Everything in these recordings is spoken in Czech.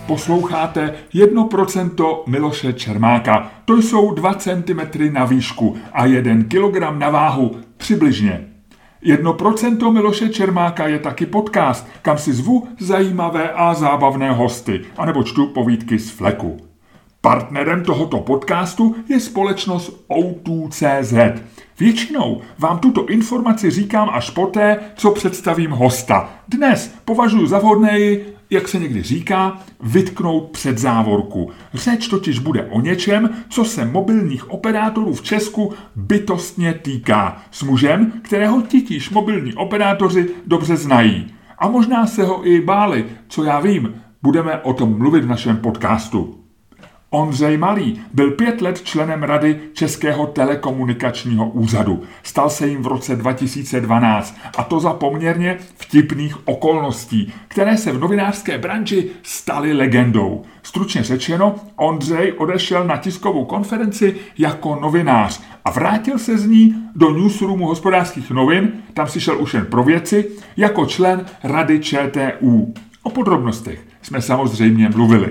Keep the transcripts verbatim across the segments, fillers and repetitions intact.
Posloucháte jedno procento Miloše Čermáka. To jsou dva centimetry na výšku a jeden kilogram na váhu přibližně. jedno procento Miloše Čermáka je taky podcast, kam si zvu zajímavé a zábavné hosty, anebo čtu povídky z fleku. Partnerem tohoto podcastu je společnost O dva tečka cé zet. Většinou vám tuto informaci říkám až poté, co představím hosta. Dnes považuji za vhodné ji, jak se někdy říká, vytknout před závorku. Řeč totiž bude o něčem, co se mobilních operátorů v Česku bytostně týká. S mužem, kterého titíž mobilní operátoři dobře znají. A možná se ho i báli, co já vím. Budeme o tom mluvit v našem podcastu. Ondřej Malý byl pět let členem Rady Českého telekomunikačního úřadu. Stal se jim v roce dva tisíce dvanáct a to za poměrně vtipných okolností, které se v novinářské branži staly legendou. Stručně řečeno, Ondřej odešel na tiskovou konferenci jako novinář a vrátil se z ní do newsroomu Hospodářských novin, tam si šel už jen pro věci, jako člen Rady ČTÚ. O podrobnostech jsme samozřejmě mluvili.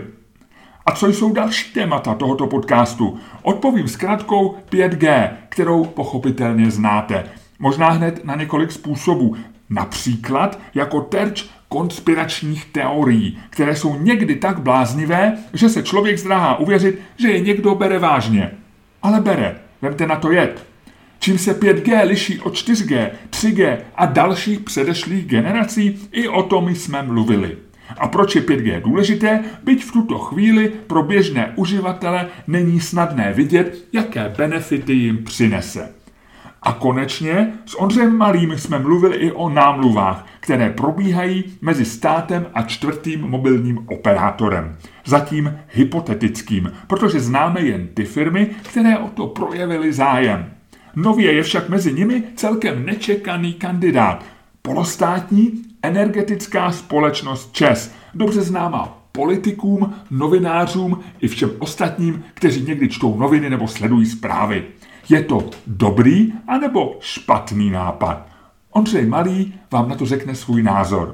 A co jsou další témata tohoto podcastu? Odpovím zkratkou pět gé, kterou pochopitelně znáte. Možná hned na několik způsobů. Například jako terč konspiračních teorií, které jsou někdy tak bláznivé, že se člověk zdráhá uvěřit, že je někdo bere vážně. Ale bere, vemte na to jed. Čím se pět gé liší od čtyři gé, tři gé a dalších předešlých generací, i o tom jsme mluvili. A proč je pět gé důležité, byť v tuto chvíli pro běžné uživatele není snadné vidět, jaké benefity jim přinese. A konečně s Ondřejem Malým jsme mluvili i o námluvách, které probíhají mezi státem a čtvrtým mobilním operátorem. Zatím hypotetickým, protože známe jen ty firmy, které o to projevily zájem. Nově je však mezi nimi celkem nečekaný kandidát. Polostátní energetická společnost ČEZ, dobře známá politikům, novinářům i všem ostatním, kteří někdy čtou noviny nebo sledují zprávy. Je to dobrý anebo špatný nápad? Ondřej Malý vám na to řekne svůj názor.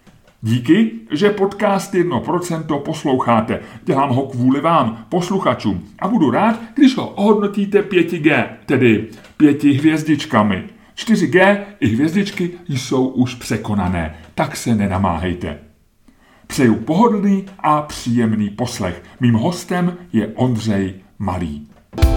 Díky, že podcast jedno procento posloucháte. Dělám ho kvůli vám, posluchačům, a budu rád, když ho ohodnotíte pět gé, tedy pěti hvězdičkami. čtyři gé i hvězdičky jsou už překonané, tak se nenamáhejte. Přeju pohodlný a příjemný poslech. Mým hostem je Ondřej Malý.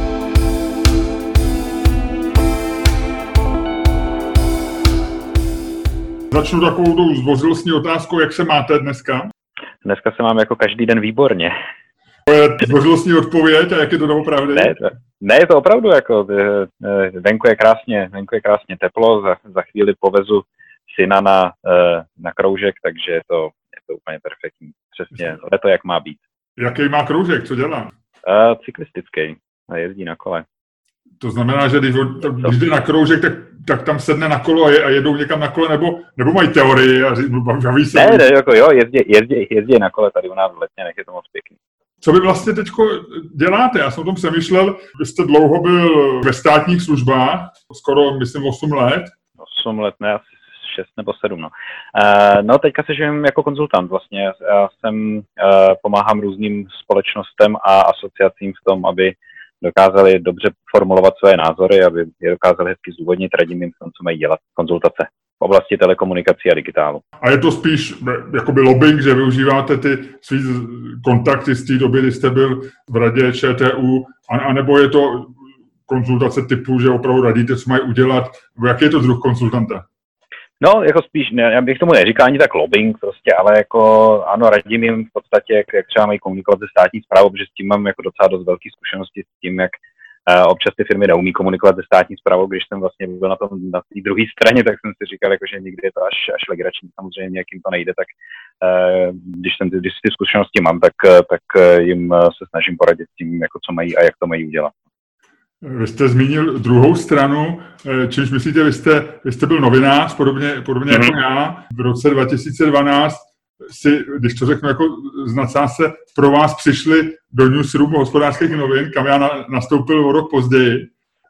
Začnu takovou tou zdvořilostní otázkou, jak se máte dneska? Dneska se mám jako každý den výborně. To je zdvořilostní odpověď a jak je to doopravdy? Ne, ne, je to opravdu jako, venku je krásně, venku je krásně teplo, za, za chvíli povezu syna na, na kroužek, takže je to, je to úplně perfektní. Přesně, leto jak má být. Jaký má kroužek, co dělá? Uh, cyklistický, jezdí na kole. To znamená, že když, když jde na kroužek, tak, tak tam sedne na kolo a, je, a jedou někam na kole, nebo, nebo mají teorii a baví se? Ne, ne, jako jo, jezdí, jezdí, jezdí na kole tady u nás v Letňanech, je to moc pěkný. Co vy vlastně teďko děláte? Já jsem o tom přemýšlel, vy jste dlouho byl ve státních službách, skoro, myslím, osm let. osm let, ne, asi šest nebo sedm, no. Uh, no, teďka se živím jako konzultant vlastně. Já jsem, uh, pomáhám různým společnostem a asociacím v tom, aby dokázali dobře formulovat své názory, aby je dokázali hezky zdůvodnit, radím jim v tom, co mají dělat. Konzultace v oblasti telekomunikací a digitálu. A je to spíš jakoby lobbying, že využíváte ty svý kontakty z té doby, kdy jste byl v radě ČTÚ, anebo je to konzultace typu, že opravdu radíte, co mají udělat, jaký je to druh konzultanta? No, jako spíš, ne, já bych tomu neříkal ani tak lobbying prostě, ale jako ano, radím jim v podstatě, jak, jak třeba mají komunikovat se státní správou, protože s tím mám jako docela dost velké zkušenosti s tím, jak uh, občas ty firmy neumí komunikovat se státní správou. Když jsem vlastně byl na tom na té druhé straně, tak jsem si říkal, jako, že někdy je to až, až legrační, samozřejmě, jak jim to nejde, tak uh, když, jsem, když ty zkušenosti mám, tak, tak jim se snažím poradit s tím, jako co mají a jak to mají udělat. Vy jste zmínil druhou stranu, čímž myslíte, vy jste, vy jste byl novinář, podobně, podobně mm-hmm. jako já. V roce dva tisíce dvanáct si, když to řeknu jako z nadsázce, pro vás přišli do newsroomu Hospodářských novin, kam já na, nastoupil o rok později.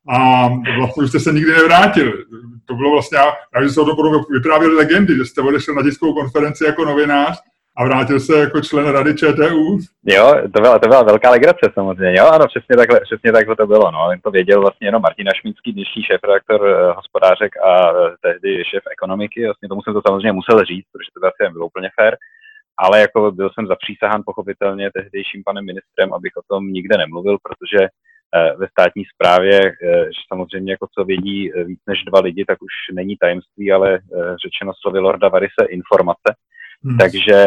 A vlastně jste se nikdy nevrátil. To bylo vlastně, já, já že se o tom potom vyprávěli legendy, že jste odešel na tiskovou konferenci jako novinář a vrátil se jako člen rady ČTÚ. Jo, to byla, to byla velká legrace samozřejmě, jo, ano, přesně takhle, přesně takhle to bylo, no, jen to věděl vlastně jenom Martin Ašmínský, dnešní šéfredaktor Hospodářek a tehdy šéf ekonomiky, vlastně tomu jsem to samozřejmě musel říct, protože to vlastně bylo úplně fér, ale jako byl jsem zapřísahán pochopitelně tehdejším panem ministrem, abych o tom nikde nemluvil, protože ve státní správě, že samozřejmě jako co vědí víc než dva lidi, tak už není tajemství, ale řečeno slovy Lorda Varrise informace. Hmm. Takže,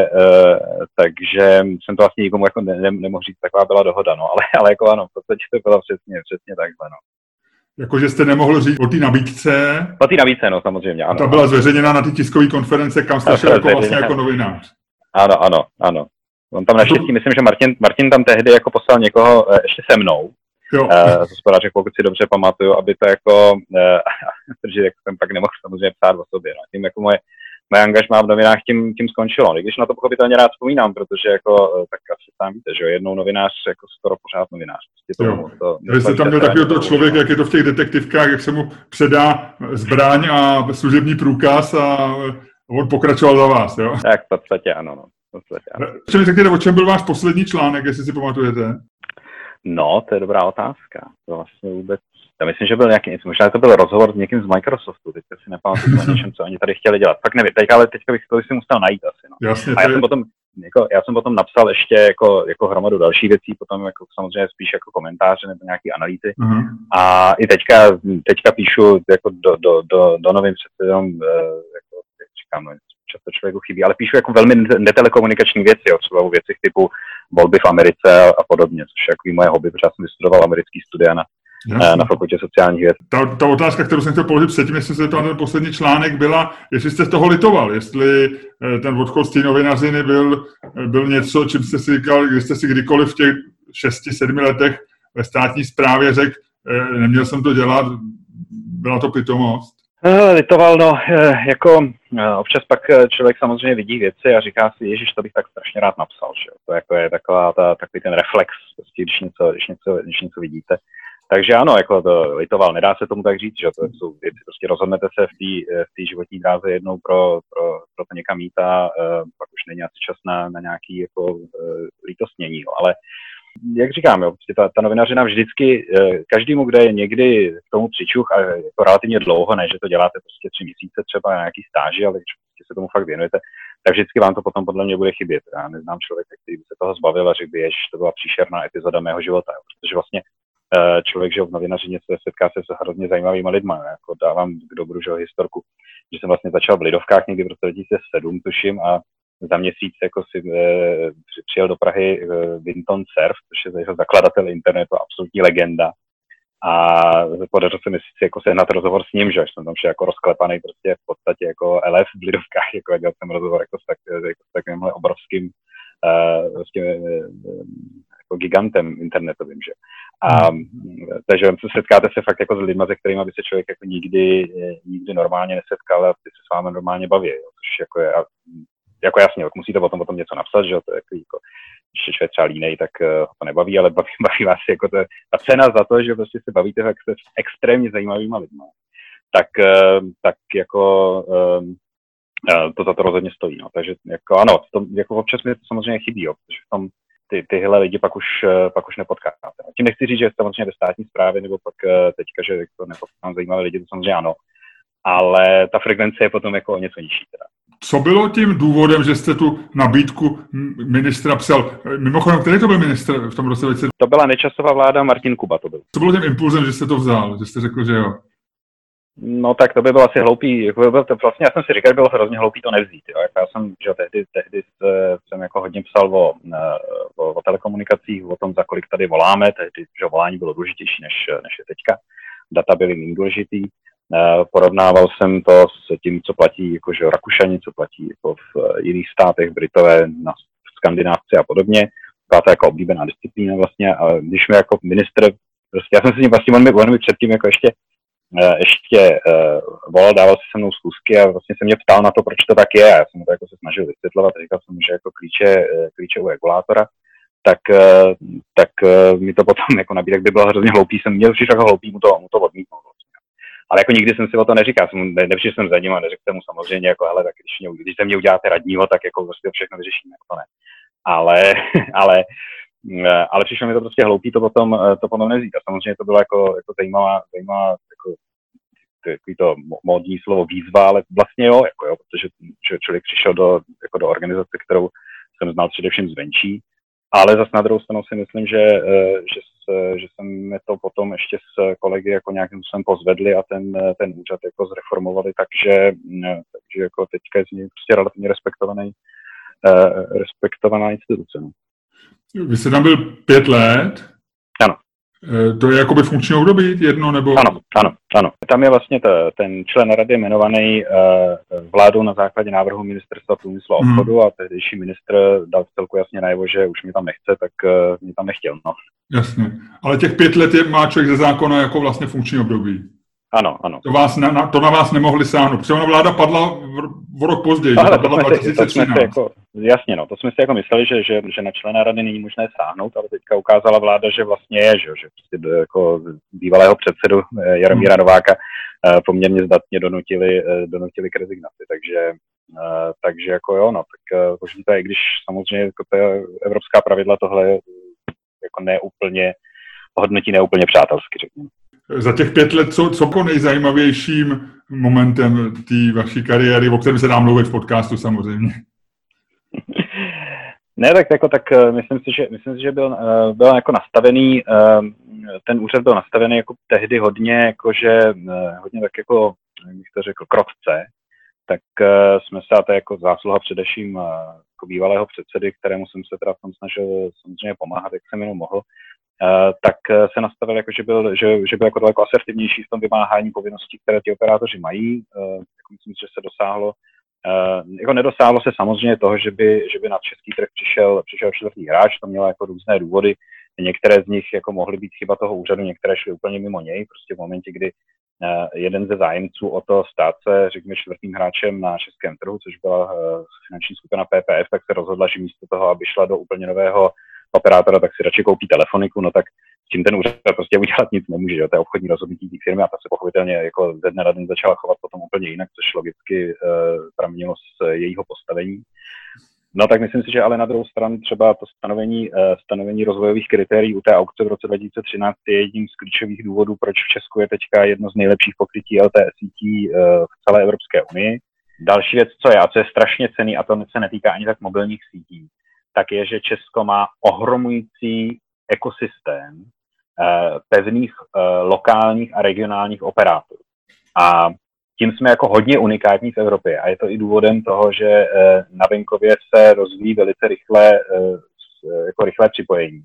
takže jsem to vlastně nikomu jako ne, ne, nemohl říct, taková byla dohoda, no, ale, ale jako ano, v podstatě to bylo přesně, přesně takhle, no. Jakože jste nemohl říct o té nabídce? O té nabídce, no, samozřejmě, ano. Ta byla zveřejněna na ty tiskové konference, kam jste šel jako vlastně jako novinář. Ano, ano, ano. On tam naštěstí, to... myslím, že Martin, Martin tam tehdy jako poslal někoho ještě se mnou, z Hospodářek, pokud si dobře pamatuju, aby to jako, protože jak jsem pak nemohl samozřejmě psát o sobě, no. Tím jako moje, moje angažmá v novinách tím, tím skončilo. I když na to pochopitelně rád vzpomínám, protože jako, tak asi sám víte, že jo, jednou novinář, jako skoro pořád novinář. Prostě to, to, Vy jste tam měl takového toho člověka, jak je to v těch detektivkách, jak se mu předá zbraň a služební průkaz a on pokračoval za vás, jo? Tak v podstatě ano, no. V podstatě ano. Co mi řekněte, o čem byl váš poslední článek, jestli si pamatujete? No, to je dobrá otázka. To vlastně vůbec, já myslím, že byl nějaký, možná to byl rozhovor s někým z Microsoftu, teďka si nepamatuju o něčem, co oni tady chtěli dělat. Fakt nevím, teďka, ale teďka bych to si musel najít asi, no. Jasně, a já jsem potom, jako, já jsem potom napsal ještě jako, jako hromadu dalších věcí, potom jako samozřejmě spíš jako komentáře nebo nějaký analýzy. Uh-huh. A i teďka, teďka píšu jako do, do, do, do novin přece jenom, jako, jak říkám, no, často člověku chybí, ale píšu jako velmi netelekomunikační věci, jo, třeba o věcech typu volby v Americe a podobně, což je jako moje hobby, protože já jsem vystudoval americký studia na, na fakultě sociálních věcí. Ta, ta otázka, kterou jsem chtěl položit předtím, jestli se to ten poslední článek byla, jestli jste z toho litoval, jestli ten odchod z té novinařiny byl, byl něco, čím jste si říkal, když jste si kdykoliv v těch šesti, sedmi letech ve státní správě řekl, neměl jsem to dělat, byla to pitomost. Litoval, no, jako občas pak člověk samozřejmě vidí věci a říká si, ježiš, to bych tak strašně rád napsal, že jo. To jako je taková ta, takový ten reflex, prostě, když něco, když něco, když něco vidíte. Takže ano, jako to litoval, nedá se tomu tak říct, že to jsou věci, prostě rozhodnete se v té v té životní dráze jednou pro, pro, pro to někam jít a uh, pak už není asi čas na, na nějaký jako uh, lítostnění, jo. Ale jak říkám, jo, prostě ta, ta novinařina vždycky, každému, kde je někdy k tomu přičuch a jako relativně dlouho, ne, že to děláte prostě tři měsíce třeba nějaký stáži, ale když prostě se tomu fakt věnujete, tak vždycky vám to potom podle mě bude chybět. Já neznám člověka, který by se toho zbavil a řekl by, jež to byla příšerná epizoda mého života, jo, protože vlastně člověk, že v novinařině se setká se s hrozně zajímavými lidmi. Jako dávám k dobru, že historku, že jsem vlastně začal v Lidovkách někdy v roce dva tisíce sedm, tuším, a za měsíc jako si e, přijel do Prahy e, Vinton Cerf, což je jeho zakladatel internetu, absolutní legenda. A podařilo se mi sice jako sehnat rozhovor s ním, že jsem tam šel jako rozklepaný prostě v podstatě jako elef v Lidovkách, jako dělal jsem rozhovor jako s, tak, jako s takovýmhle obrovským e, prostě, e, jako gigantem internetovým, že. A takže se setkáte se fakt jako s lidmi, se kterými by se člověk jako nikdy, nikdy normálně nesetkal a ty se s vámi normálně baví, jo, což jako je jako jasně, musíte potom potom něco napsat, že to je jako, jako když je člověk třeba línej, tak uh, ho to nebaví, ale baví, baví vás jako to, ta cena za to, že prostě se bavíte tak se s extrémně zajímavýma lidma, tak, uh, tak jako uh, uh, to za to rozhodně stojí, no. Takže jako ano, to, jako občas mi to samozřejmě chybí, jo, protože v tom ty, tyhle lidi pak už, uh, pak už nepotkáte. Tím nechci říct, že samozřejmě ve státní správě, nebo pak uh, teďka, že to nepotkám zajímavé lidi, to samozřejmě ano, ale ta frekvence je potom jako o něco nižší teda. Co bylo tím důvodem, že jste tu nabídku ministra psal? Mimochodem, který to byl ministr v tom roce? To byla Nečasova vláda, Martin Kuba to byl. Co bylo tím impulzem, že jste to vzal, že jste řekl, že jo? No tak to by bylo asi hloupý, jako byl to, vlastně já jsem si říkal, že bylo hrozně hloupý to nevzít, jo. Já jsem, že tehdy, tehdy jsem jako hodně psal o, o, o telekomunikacích, o tom, za kolik tady voláme, tehdy, že volání bylo důležitější než, než je teďka, data byly méně důležitý. Porovnával jsem to s tím, co platí jakože Rakušani, co platí jako v jiných státech, Britové, na Skandinávci a podobně. Byla to jako oblíbená disciplína vlastně. A když mi jako ministr, prostě já jsem si ním vlastně, on mi, on mi předtím jako ještě, ještě uh, volal, dával si se mnou schůzky a vlastně se mě ptal na to, proč to tak je. Já jsem to jako se snažil vysvětlovat, říkal jsem, že jako klíče, klíče u regulátora, tak, uh, tak uh, mi to potom jako nabídek by bylo hrozně hloupý, jsem měl už jako hloupý mu to, mu to odmítnout. Ale jako nikdy jsem si o to neříkal, jsem ne, nepřišel jsem za ním a neřekl jsem mu samozřejmě, jako hele, tak když, mě, když se mě uděláte radního, tak jako prostě všechno vyřešíme, jako to ne. Ale, ale, ale přišlo mi to prostě hloupý to potom, to potom nezít. A samozřejmě to bylo jako, jako zajímavá, zajímavá jako, takový to módní slovo výzva, ale vlastně jo, jako jo, protože člověk přišel do, jako do organizace, kterou jsem znal především zvenčí, ale zase na druhou stranu si myslím, že, že, že jsme to potom ještě s kolegy jako nějakým způsobem pozvedli a ten, ten úřad jako zreformovali, takže, takže jako teďka je z něj prostě relativně respektovaný, respektovaná instituce. No. Vy jste tam byl pět let? Ano. To je jakoby funkční období jedno nebo? Ano, ano, ano. Tam je vlastně to, ten člen rady jmenovaný uh, vládou na základě návrhu ministerstva průmyslu a obchodu hmm. a tehdejší ministr dal celku jasně najevo, že už mě tam nechce, tak uh, mě tam nechtěl. No. Jasně. Ale těch pět let je, má člověk ze zákona jako vlastně funkční období. Ano, ano. To, vás na, na, to na vás nemohli sáhnout, protože ona vláda padla v, v rok později, Aha, že padla dva tisíce třináct. Jako, jasně, no, to jsme si jako mysleli, že, že, že na člena rady není možné sáhnout, ale teďka ukázala vláda, že vlastně je, že, že prostě jako bývalého předsedu Jaromíra Nováka poměrně zdatně donutili, donutili k rezignaci, takže, takže jako jo, no, tak možná i když samozřejmě jako ta evropská pravidla tohle jako neúplně hodnotí neúplně přátelsky, řekněme. Za těch pět let, co, co po nejzajímavějším momentem té vaší kariéry, o kterém se dá mluvit v podcastu samozřejmě? Ne, tak, jako, tak myslím si, že, myslím si, že byl, byl jako nastavený, ten úřad byl nastavený jako tehdy hodně, jakože, hodně tak jako, jak bych to řekl, krotce, tak jsme se, a to je jako zásluha především jako bývalého předsedy, kterému jsem se teda v tom snažil samozřejmě pomáhat, jak jsem jenom mohl, Uh, tak uh, se nastavil, jako, že, byl, že, že byl jako daleko asertivnější v tom vymáhání povinností, které ti operátoři mají. Uh, jako myslím, že se dosáhlo, uh, jako nedosáhlo se samozřejmě toho, že by, že by na český trh přišel, přišel čtvrtý hráč, to mělo jako různé důvody. Některé z nich jako mohly být chyba toho úřadu, některé šly úplně mimo něj. Prostě v momentě, kdy uh, jeden ze zájemců o to stát se, řekněme, čtvrtým hráčem na českém trhu, což byla uh, finanční skupina P P F, tak se rozhodla, že místo toho, aby šla do úplně nového operátora, tak si radši koupí telefoniku, no tak s tím ten úřad prostě udělat nic nemůže, že? To je obchodní rozhodnutí té firmy a ta se pochopitelně jako ze dne na den začala chovat potom úplně jinak, což logicky uh, pramenilo z jejího postavení. No tak myslím si, že ale na druhou stranu třeba to stanovení, uh, stanovení rozvojových kritérií u té aukce v roce dva tisíce třináct je jedním z klíčových důvodů, proč v Česku je teďka jedno z nejlepších pokrytí L T E sítí uh, v celé Evropské unii. Další věc, co je, a co je strašně cenný, a to se netýká ani tak mobilních sítí, tak je, že Česko má ohromující ekosystém eh, pevných eh, lokálních a regionálních operátorů. A tím jsme jako hodně unikátní v Evropě. A je to i důvodem toho, že eh, na venkově se rozvíjí velice rychle, eh, jako rychlé připojení.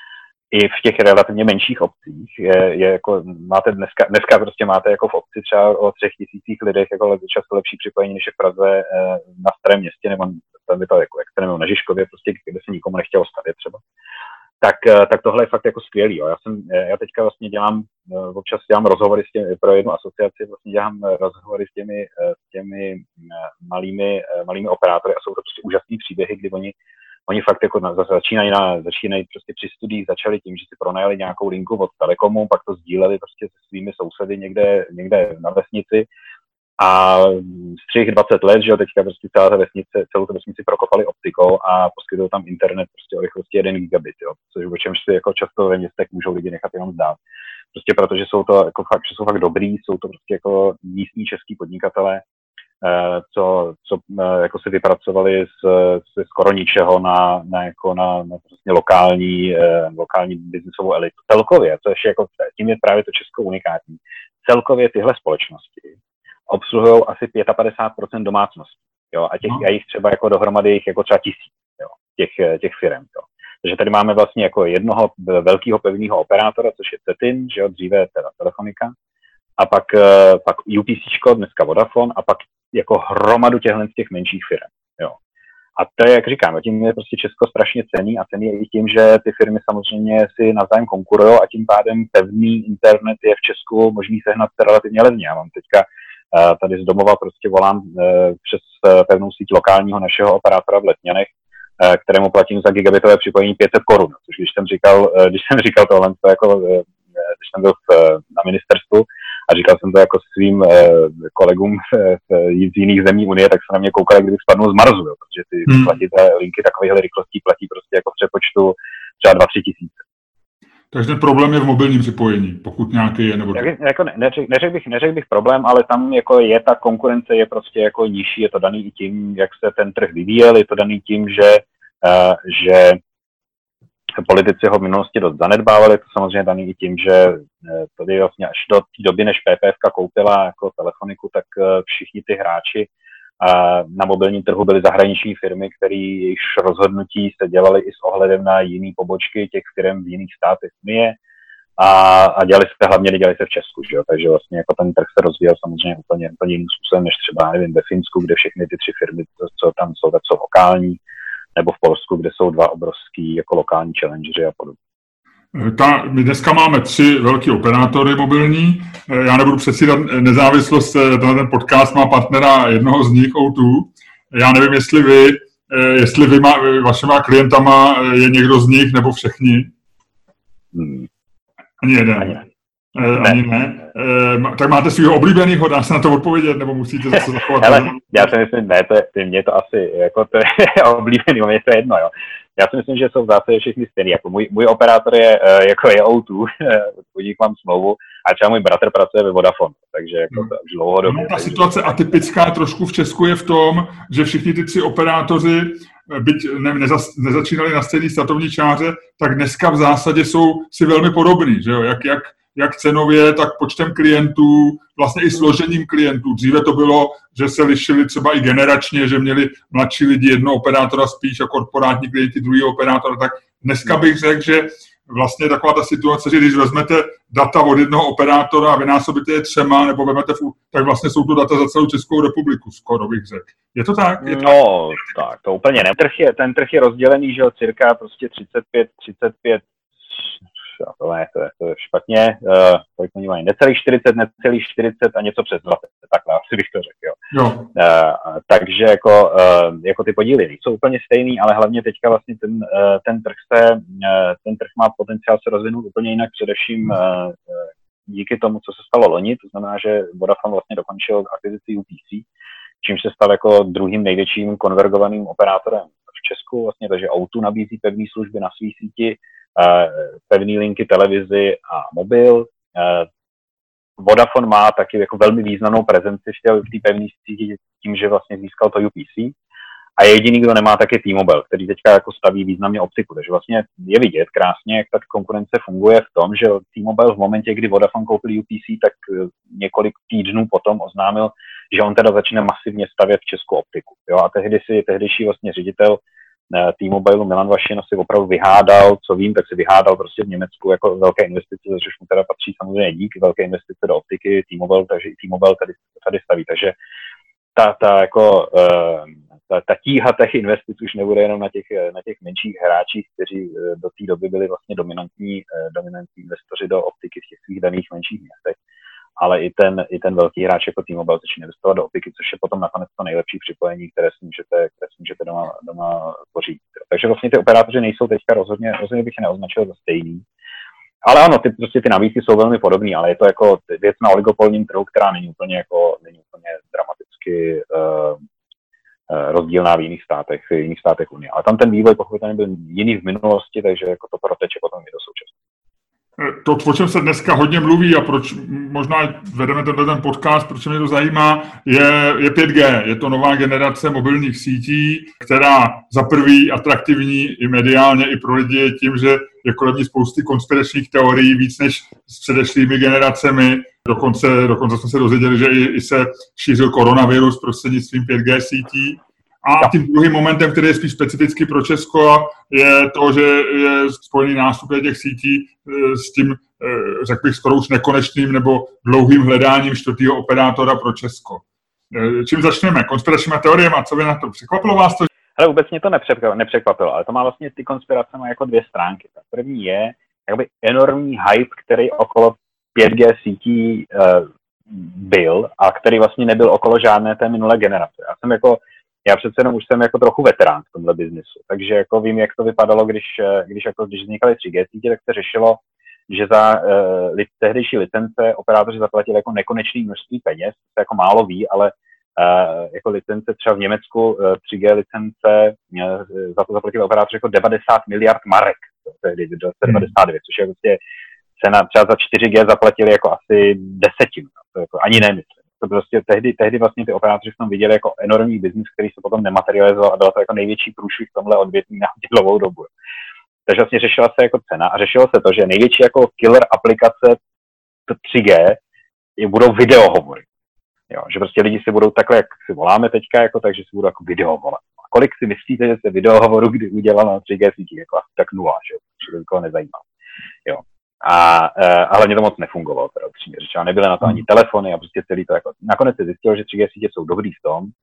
I v těch relativně menších obcích je, je jako, máte dneska, dneska prostě máte jako v obci třeba o třech tisících lidech jako často lepší připojení než v Praze eh, na starém městě, nebo tam by to jako extrémně na Žižkově, prostě, kde se nikomu nechtělo stavět třeba. Tak, eh, tak tohle je fakt jako skvělý. Jo. Já, jsem, já teďka vlastně dělám, eh, občas dělám rozhovory s těmi, pro jednu asociaci, vlastně dělám rozhovory s těmi, eh, s těmi eh, malými, eh, malými operátory a jsou to prostě úžasný příběhy, kdy oni Oni fakt jako na, začínají, na, začínají prostě při studiích, začali tím, že si pronajali nějakou linku od Telekomu, pak to sdíleli prostě se svými sousedy někde, někde na vesnici a střih dvacet let, že jo, teďka prostě celá ta vesnice, celou tu vesnici prokopali optikou a poskytují tam internet prostě o rychlosti jeden gigabit, jo, což o čemž si jako často ve městech můžou lidi nechat jenom zdát. Prostě protože jsou to jako fakt, že jsou fakt dobrý, jsou to prostě jako místní český podnikatelé, co, co jako si vypracovali z, z skoro ničeho na, na, jako na, na prostě lokální, lokální biznisovou elitu. Celkově, což je jako, tím je právě to Česko unikátní. Celkově tyhle společnosti obsluhují asi padesát pět procent domácností. Jo, a těch, a jich třeba jako dohromady jich jako třeba tisíc, jo, těch, těch firem. Jo. Takže tady máme vlastně jako jednoho velkého pevného operátora, což je Cetin, že jo, dříve teda Telefonika, a pak, pak UPCčko, dneska Vodafone, a pak jako hromadu těchhle z těch menších firm. Jo. A to je, jak říkám, tím je prostě Česko strašně cenný a cenný je i tím, že ty firmy samozřejmě si navzájem konkurují a tím pádem pevný internet je v Česku možný sehnat relativně levně. Já mám teďka uh, tady z domova prostě volám uh, přes uh, pevnou síť lokálního našeho operátora v Letňanech, uh, kterému platím za gigabitové připojení pět set korun, což když jsem říkal, uh, když jsem říkal tohle, to jako, uh, když jsem byl v, uh, na ministerstvu, A říkal jsem to jako svým eh, kolegům z jiných zemí Unie, tak se na mě koukali, kdybych spadnul z Marsu, jo, protože ty hmm. platité linky takovéhle rychlostí platí prostě jako v přepočtu třeba dva tři tisíce. Takže ten problém je v mobilním připojení, pokud nějaký je, nebo... Jak, jako ne, neřek, neřekl, bych, neřekl bych problém, ale tam jako je ta konkurence je prostě jako nižší, je to daný i tím, jak se ten trh vyvíjel, je to daný tím, že, uh, že politici ho v minulosti dost zanedbávali, to samozřejmě daný i tím, že uh, tady vlastně až do té doby, než P P F koupila jako Telefoniku, tak uh, všichni ty hráči uh, na mobilním trhu byly zahraniční firmy, které jejichž rozhodnutí se dělaly i s ohledem na jiné pobočky těch firm v jiných státech Unie. A, a dělali se hlavně, dělali se v Česku, že jo? Takže vlastně jako ten trh se rozvíjel samozřejmě úplně, úplně jiným způsobem, než třeba, nevím, ve Finsku, kde všechny ty tři firmy, co tam jsou, tak jsou lokální, nebo v Polsku, kde jsou dva obrovský jako lokální challengeři a podobně. Ta, my dneska máme tři velký operátory mobilní. Já nebudu předstírat nezávislost, ten podcast má partnera jednoho z nich, O dva. Já nevím, jestli vy, jestli vy má, vašima klientama je někdo z nich, nebo všichni. Hmm. Ani jeden. Ani ne. E, ani ne. E, tak máte svého oblíbeného, dá se na to odpovědět, nebo musíte zase zachovat? Hele, já si myslím, ne, to je, mě to asi, jako to je oblíbený, mě to je jedno, jo. Já si myslím, že jsou v zásadě všichni stejný. Jako můj, můj operátor je, jako je O dva, u nich mám smlouvu, a třeba můj bratr pracuje ve Vodafone, takže jako to už dlouhodobě. No, ta situace atypická trošku v Česku je v tom, že všichni ty tři operátoři, byť ne, neza, nezačínali na stejné startovní čáře, tak dneska v zásadě jsou si velmi podobný, že jo? Jak, jak, jak cenově, tak počtem klientů, vlastně i složením klientů. Dříve to bylo, že se lišili třeba i generačně, že měli mladší lidi jednoho operátora spíš a korporátní klienti druhý operátora, tak dneska bych řekl, že vlastně taková ta situace, že když vezmete data od jednoho operátora a vynásobíte je třema, nebo vezmete, tak vlastně jsou to data za celou Českou republiku, skoro bych řekl. Je to tak? Je to no, tak? tak, to úplně ne. Trh je, ten trh je rozdělený, že jo, cirka prostě třicet pět, třicet pět, to ne, to je, to je špatně, uh, kolik oni mají, necelých čtyřicet, necelých čtyřicet a něco přes dvacet, takhle asi bych to řekl, jo. jo. Uh, takže jako, uh, jako ty podíly nejsou úplně stejný, ale hlavně teďka vlastně ten, uh, ten trh se, uh, ten trh má potenciál se rozvinout úplně jinak, především uh, díky tomu, co se stalo loni, to znamená, že Vodafone vlastně dokončil akvizici U P C, čímž se stal jako druhým největším konvergovaným operátorem v Česku, vlastně, takže O dva nabízí pevné služby na své síti, pevné linky, televizi a mobil. Vodafone má taky jako velmi významnou prezenci v té pevné síti tím, že vlastně získal to U P C. A jediný, kdo nemá, tak je T-Mobile, který teďka jako staví významně optiku. Takže vlastně je vidět krásně, jak ta konkurence funguje v tom, že T-Mobile v momentě, kdy Vodafone koupil U P C, tak několik týdnů potom oznámil, že on teda začne masivně stavět v Česku optiku. Jo? A tehdy si tehdejší vlastně ředitel T-Mobile Milan Vašin si opravdu vyhádal, co vím, tak si vyhádal prostě v Německu jako velké investice, což mu teda patří samozřejmě díky velké investice do optiky T-Mobile, takže i T-Mobile tady, tady staví. Takže ta, ta, jako, ta, ta tíha těch investic už nebude jenom na těch, na těch menších hráčích, kteří do té doby byli vlastně dominantní, dominantní investoři do optiky v těch svých daných menších městech, ale i ten, i ten velký hráč jako T-Mobile začne investovat do optiky, což je potom nakonec to nejlepší připojení, které si můžete, které si můžete doma, doma pořídit. Takže vlastně ty operátoři nejsou teďka rozhodně, rozhodně bych je neoznačil za stejný. Ale ano, ty, prostě ty nabídky jsou velmi podobné, ale je to jako věc na oligopolním trhu, která není úplně, jako, není úplně dramaticky uh, uh, rozdílná v jiných státech, v jiných státech Unie. Ale tam ten vývoj pochopitelně byl jiný v minulosti, takže jako to proteče potom i do současnosti. To, o čem se dneska hodně mluví a proč možná vedeme tenhle ten podcast, proč mě to zajímá, je, je pět G. Je to nová generace mobilních sítí, která za prvý atraktivní i mediálně, i pro lidi je tím, že je kolem ní spousty konspiračních teorií víc než s předešlými generacemi. Dokonce, dokonce jsme se dozvěděli, že i, i se šířil koronavirus prostřednictvím pět G sítí. A tím druhým momentem, který je spíš specificky pro Česko, je to, že je spojený nástup těch sítí s tím, řekl bych, skoro už nekonečným nebo dlouhým hledáním čtvrtého operátora pro Česko. Čím začneme? Konspiračníma teoriemi, co by na to překvapilo vás to? Ale vůbec mě to nepřekvapilo, ale to má vlastně ty konspirace má jako dvě stránky. Ta první je jakoby enormní hype, který okolo pět G sítí uh, byl a který vlastně nebyl okolo žádné té minulé generace. Já jsem jako Já přece jenom už jsem jako trochu veterán v tomhle biznisu, takže jako vím, jak to vypadalo, když, když, jako, když vznikaly tři G sítě, tak se řešilo, že za uh, li, tehdejší licence operátoři zaplatili jako nekonečné množství peněz, to jako málo ví, ale uh, jako licence třeba v Německu uh, tři G licence uh, za to zaplatili operátoři jako devadesát miliard marek, tehdy do devadesát devět, což je vlastně cena, třeba za čtyři G zaplatili jako asi desetinu, to jako ani nemyslím. To prostě tehdy, tehdy vlastně ty operátoři v tom viděli jako enormní biznis, který se potom nematerializoval a byla to jako největší průšvih v tomhle odvětví na dlouhou dobu. Takže vlastně řešila se jako cena a řešilo se to, že největší jako killer aplikace tři G budou videohovory. Jo, že prostě lidi si budou takhle, jak si voláme teďka, jako, takže si budou jako videovolat. A kolik si myslíte, že se videohovoru kdy udělalo na tři G sítích? Jako asi tak nula, že to nikoho nezajímalo. Jo. A, a hlavně to moc nefungovalo, teda upřímně řečeno, nebyly na to ani telefony a prostě celý to jako, nakonec se zjistilo, že tři G sítě jsou dobrý v tom,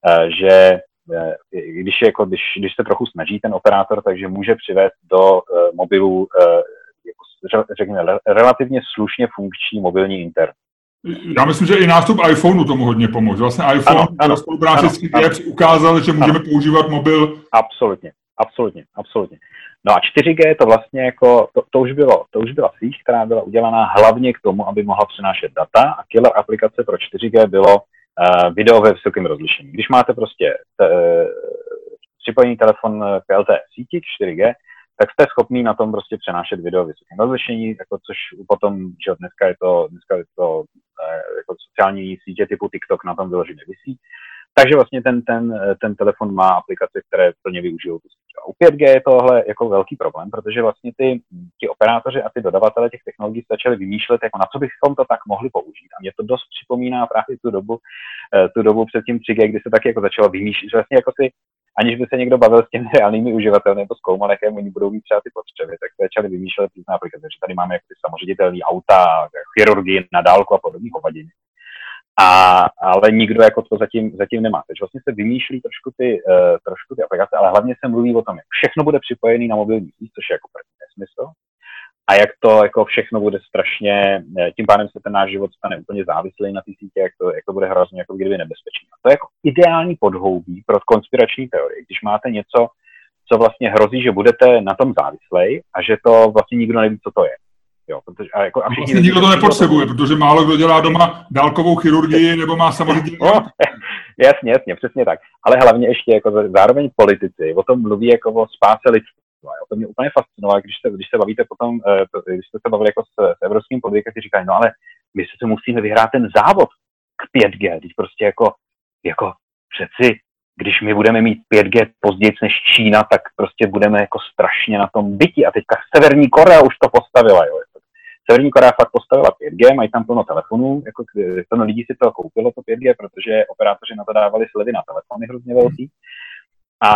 že když, jako, když, když se trochu snaží ten operátor, takže může přivést do mobilů, jako, řekněme, relativně slušně funkční mobilní internet. Já myslím, že i nástup iPhoneu tomu hodně pomohl. Vlastně iPhone ve spolupráci s tři G ukázal, že můžeme ano. používat mobil. Absolutně, absolutně, absolutně. No a čtyři G to vlastně jako, to, to, už bylo, to už byla síť, která byla udělaná hlavně k tomu, aby mohla přenášet data a killer aplikace pro čtyři G bylo uh, video ve vysokém rozlišení. Když máte prostě t, uh, připojený telefon k L T E síti, k čtyři G, tak jste schopný na tom prostě přenášet video v vysokém rozlišení, jako což potom, že dneska je to, dneska je to uh, jako sociální sítě typu TikTok na tom vyloženě visí. Takže vlastně ten, ten, ten telefon má aplikace, které plně využijou tu síť. A u pět G je tohle jako velký problém, protože vlastně ty, ti operátoři a ty dodavatele těch technologií začali vymýšlet, jako na co bychom to tak mohli použít. A mě to dost připomíná právě tu dobu, tu dobu před tím tři G, kdy se taky jako začalo vymýšlet, že vlastně jako si, aniž by se někdo bavil s těmi reálnými uživateli nebo zkoumal, jaké oni budou mít třeba ty potřeby, tak se začali vymýšlet různé aplikace, že tady máme jako ty samoředitelné auta, chirurgii na dálku a podobných hovadin. A, ale nikdo jako to zatím, zatím nemá. Takže vlastně se vymýšlí trošku ty, uh, trošku ty aplikace, ale hlavně se mluví o tom, jak všechno bude připojený na mobilní síť, což je jako první nesmysl. A jak to jako všechno bude strašně, tím pádem se ten náš život stane úplně závislý na té sítě, jak to, jak to bude hrozně jako kdyby nebezpečné. A to je jako ideální podhoubí pro konspirační teorie, když máte něco, co vlastně hrozí, že budete na tom závislej a že to vlastně nikdo neví, co to je. Jo, protože, a jako, a vlastně lidi, nikdo to nepotřebuje, to... protože málo kdo dělá doma dálkovou chirurgii nebo má samozřejmě... No, jasně, jasně, přesně tak. Ale hlavně ještě jako zároveň politici o tom mluví jako o spáse lidstva. To mě úplně fascinovalo, když se, když se bavíte potom, když jste se bavili jako s, s evropským politiky, kteří říkají, no ale my se musíme vyhrát ten závod k pět G, když prostě jako, jako přeci, když my budeme mít pět G později než Čína, tak prostě budeme jako strašně na tom byti. A teďka Severní Korea už to postavila, jo. Severní Korea fakt postavila pět G, mají tam plno telefonů, jako plno lidí si to koupilo, to pět G, protože operátoři na to dávali slevy na telefony hrozně velký. A,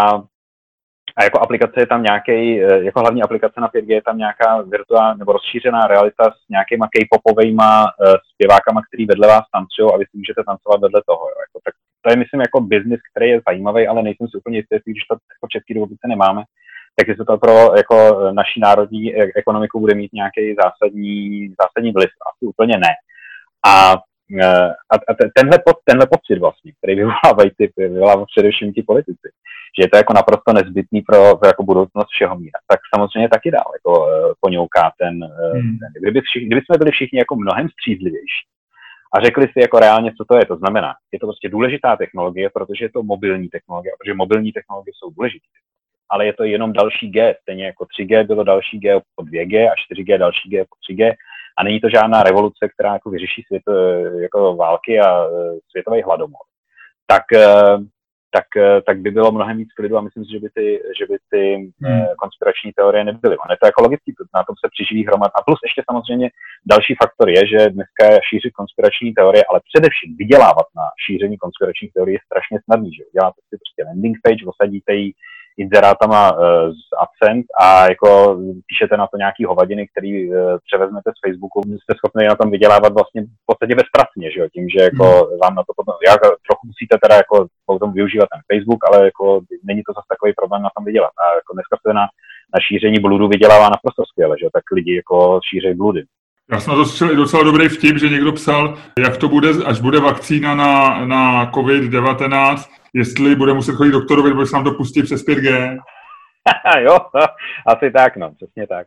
a jako aplikace je tam nějaký, jako hlavní aplikace na pět G je tam nějaká virtuální nebo rozšířená realita s nějakýma k-popovejma uh, zpěvákama, který vedle vás tancují a vy si můžete tancovat vedle toho. Jo. Jako, tak to je, myslím, jako biznis, který je zajímavý, ale nejsem si úplně jistý, když to jako Český republice nemáme. Tak jestli to pro jako naší národní ekonomiku bude mít nějaký zásadní, zásadní vliv, asi úplně ne. A, a, a tenhle, pod, tenhle pocit vlastně, který vyvolávají ty, vyvolávají především ti politici, že je to jako naprosto nezbytný pro, pro jako budoucnost všeho míra, tak samozřejmě taky dál jako poňouká ten, hmm. ten kdyby, všichni, kdyby jsme byli všichni jako mnohem střízlivější a řekli si jako reálně, co to je, to znamená, je to prostě důležitá technologie, protože je to mobilní technologie, protože mobilní technologie jsou důležité. Ale je to jenom další G, stejně jako tři G bylo další G po dvě G a čtyři G další G po tři G a není to žádná revoluce, která jako vyřeší svět, jako války a světový hladomor. Tak, tak, tak by bylo mnohem víc klidu a myslím si, že by ty, že by ty hmm. konspirační teorie nebyly. On je to jako logický, na tom se přiživí hromad. A plus ještě samozřejmě další faktor je, že dneska je šířit konspirační teorie, ale především vydělávat na šíření konspiračních teorií je strašně snadný, že děláte si prostě landing page, osadíte ji inzerátama uh, z AdSense a jako píšete na to nějaký hovadiny, který uh, převezmete z Facebooku, jste schopni na tom vydělávat vlastně v podstatě bezpracně, že jo, tím, že jako hmm. vám na to potom, jak trochu musíte teda jako potom využívat ten Facebook, ale jako není to zase takový problém na tom vydělat. A jako dneska se na, na šíření bludu vydělává naprosto skvěle, že jo, tak lidi jako šíří bludy. Já jsem na to slyšel i docela dobrý vtip, že někdo psal, jak to bude, až bude vakcína na, na covid devatenáct, jestli bude muset chodit doktorovi, nebo se nám to pustí přes pět G. Jo, asi tak, no, přesně tak.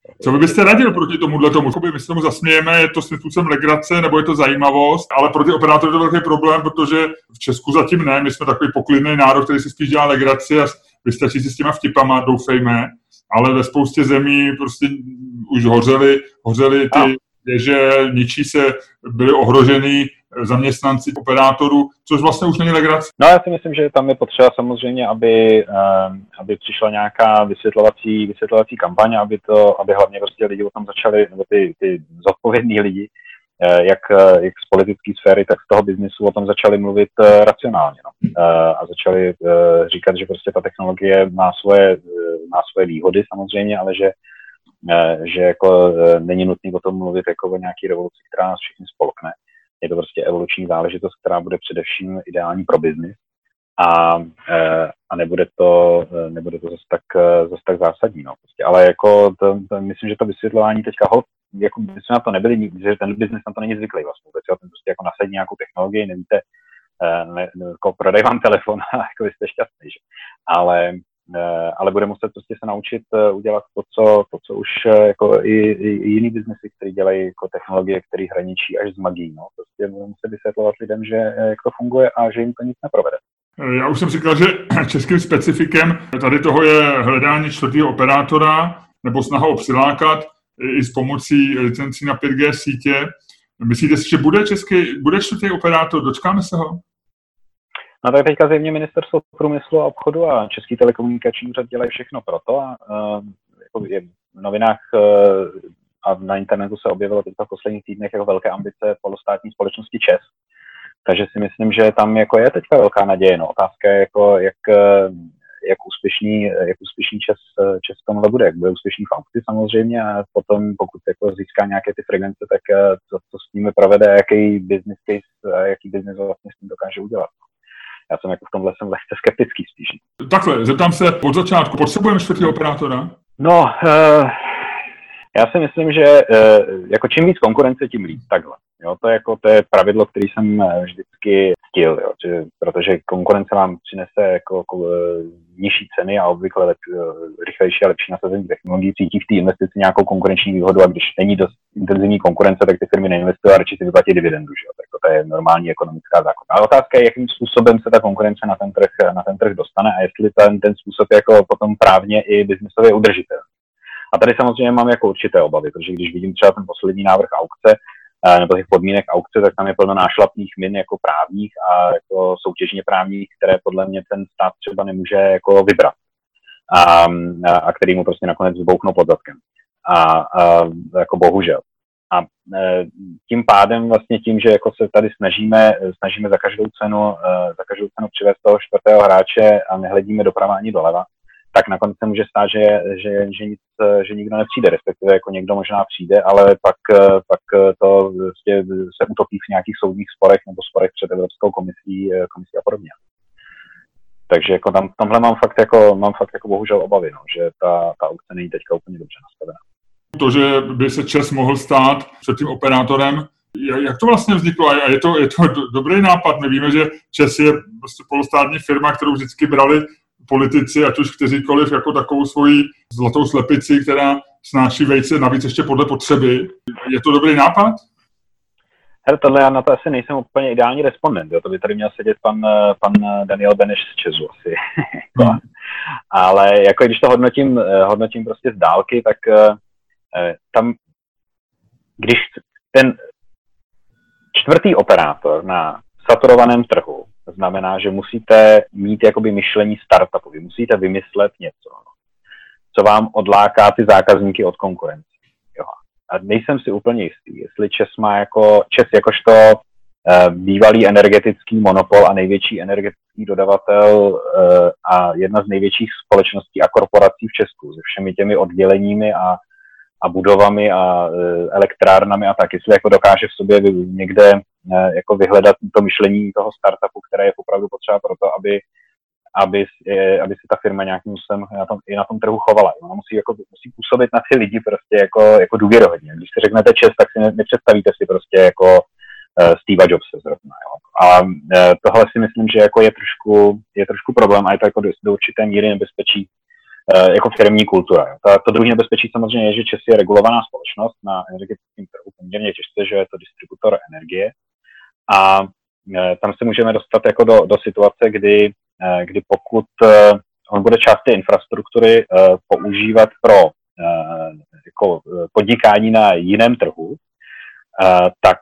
Co vy byste radil proti tomuhle tomu? My se tomu zasmějeme, je to svým způsobem legrace, nebo je to zajímavost, ale pro ty operátory to je velký problém, protože v Česku zatím ne, my jsme takový poklidný národ, který si spíš dělá legraci a vystačí si s těma vtipama, doufejme, ale ve spoustě zemí prostě už hořely, hořely ty věže, ničí se, byly ohrožený zaměstnanci operátorů, což vlastně už není legrace. No já si myslím, že tam je potřeba samozřejmě, aby, aby přišla nějaká vysvětlovací, vysvětlovací kampaň, aby to, aby hlavně prostě lidi o tom začali, nebo ty, ty zodpovědní lidi, jak, jak z politické sféry, tak z toho biznisu o tom začali mluvit racionálně. No. A začali říkat, že prostě ta technologie má svoje, má svoje výhody samozřejmě, ale že, že jako není nutné o tom mluvit jako o nějaký revoluci, která nás všichni spolkne. Je to prostě evoluční záležitost, která bude především ideální pro biznis a, a nebude to, nebude to zase tak, zase tak zásadní. No. Prostě, ale jako to, to, myslím, že to vysvětlování teďka ho, jako by jsme na to nebyli, že ten biznis na to není zvyklý vlastně. Ten prostě jako nasadí nějakou technologii, nevíte, ne, jako prodej vám telefon a jako vy jste šťastný, že? Ale ale bude muset prostě se naučit udělat to, co, to, co už jako i, i, i jiný biznesy, který dělají jako technologie, které hraničí až s magií. No. Prostě bude muset vysvětlovat lidem, že jak to funguje a že jim to nic neprovede. Já už jsem říkal, že českým specifikem tady toho je hledání čtvrtého operátora nebo snaha ho přilákat i s pomocí licencí na pět G sítě. Myslíte si, že bude český, bude čtvrtý operátor? Dočkáme se ho? No tak teďka zjevně ministerstvo průmyslu a obchodu a Český telekomunikační úřad dělají všechno pro to a uh, jako je v novinách uh, a na internetu se objevilo teďka v posledních týdnech jako velké ambice polostátní společnosti ČEZ. Takže si myslím, že tam jako je teďka velká naděje. No. Otázka je jako, jak, jak úspěšný, jak úspěšný ČEZ, ČEZ v tomhle bude, jak bude úspěšný v aukci samozřejmě a potom pokud jako získá nějaké ty frekvence, tak to, co s tím provede, jaký business case, jaký business vlastně s tím dokáže udělat. Já jsem jako v tomhle jsem lehce skeptický spíš. Takhle, zeptám se od začátku. Potřebujeme čtvrtého operátora? No, uh, já si myslím, že uh, jako čím víc konkurence, tím líp. Takhle. Jo, to, je jako, to je pravidlo, který jsem vždycky ctil, jo, že, protože konkurence vám přinese jako, jako uh, nižší ceny a obvykle lep, uh, rychlejší a lepší nasazení technologií, cítí v té investici nějakou konkurenční výhodu a když není dost intenzivní konkurence, tak ty firmy neinvestují a radši si vyplatí dividendu. Že? Tak to je normální ekonomická zákon. Ale otázka je, jakým způsobem se ta konkurence na ten trh, na ten trh dostane a jestli ten, ten způsob je jako potom právně i biznesově udržitelný. A tady samozřejmě mám jako určité obavy, protože když vidím třeba ten poslední návrh aukce, nebo těch podmínek aukce, tak tam je plno nášlapných min jako právních a jako soutěžně právních, které podle mě ten stát třeba nemůže jako vybrat a, a který mu prostě nakonec zbouchnou pod zadkem. A, a jako bohužel. A e, tím pádem vlastně tím, že jako se tady snažíme, snažíme za každou cenu, e, za každou cenu přivést toho čtvrtého hráče a nehledíme doprava ani doleva, tak nakonec se může stát, že, že, že, nic, že nikdo nepřijde, respektive jako někdo možná přijde, ale pak, pak to vlastně se utopí v nějakých soudních sporech nebo sporech před Evropskou komisí, komisí a podobně. Takže jako tam, tamhle mám fakt jako, mám fakt jako bohužel obavy, no, že ta, ta aukce není teďka úplně dobře nastavená. To, že by se ČEZ mohl stát před tím operátorem, jak to vlastně vzniklo? A je to, je to dobrý nápad? My víme, že ČEZ je prostě polostátní firma, kterou vždycky brali politici, ať už kteříkoliv, jako takovou svoji zlatou slepici, která snáší vejce navíc ještě podle potřeby. Je to dobrý nápad? Hele, tohle já na to asi nejsem úplně ideální respondent. Jo? To by tady měl sedět pan, pan Daniel Beneš z ČEZu asi. Hmm. Ale jako když to hodnotím, hodnotím prostě z dálky, tak eh, tam, když ten čtvrtý operátor na saturovaném trhu, to znamená, že musíte mít jakoby myšlení startupu, vy musíte vymyslet něco, co vám odláká ty zákazníky od konkurence. Jo. A nejsem si úplně jistý, jestli ČEZ má jako, ČEZ jakožto uh, bývalý energetický monopol a největší energetický dodavatel uh, a jedna z největších společností a korporací v Česku, se všemi těmi odděleními a, a budovami a uh, elektrárnami a tak, jestli jako dokáže v sobě někde jako vyhledat to myšlení toho startupu, které je opravdu potřeba pro to, aby, aby, aby si ta firma nějakým způsobem na tom, i na tom trhu chovala. Ona musí, jako, musí působit na ty lidi prostě jako, jako důvěrohodně. Když si řeknete ČEZ, tak si ne, nepředstavíte si prostě jako uh, Steve Jobse zrovna. Jo. A uh, tohle si myslím, že jako je, trošku, je trošku problém a je to jako do, do určité míry nebezpečí, jako firemní kultura. Ta, to druhé nebezpečí samozřejmě je, že ČEZ je regulovaná společnost na energetickém trhu poměrně těžce, že je to distributor energie a tam se můžeme dostat jako do, do situace, kdy, kdy pokud on bude část té infrastruktury používat pro jako podnikání na jiném trhu, tak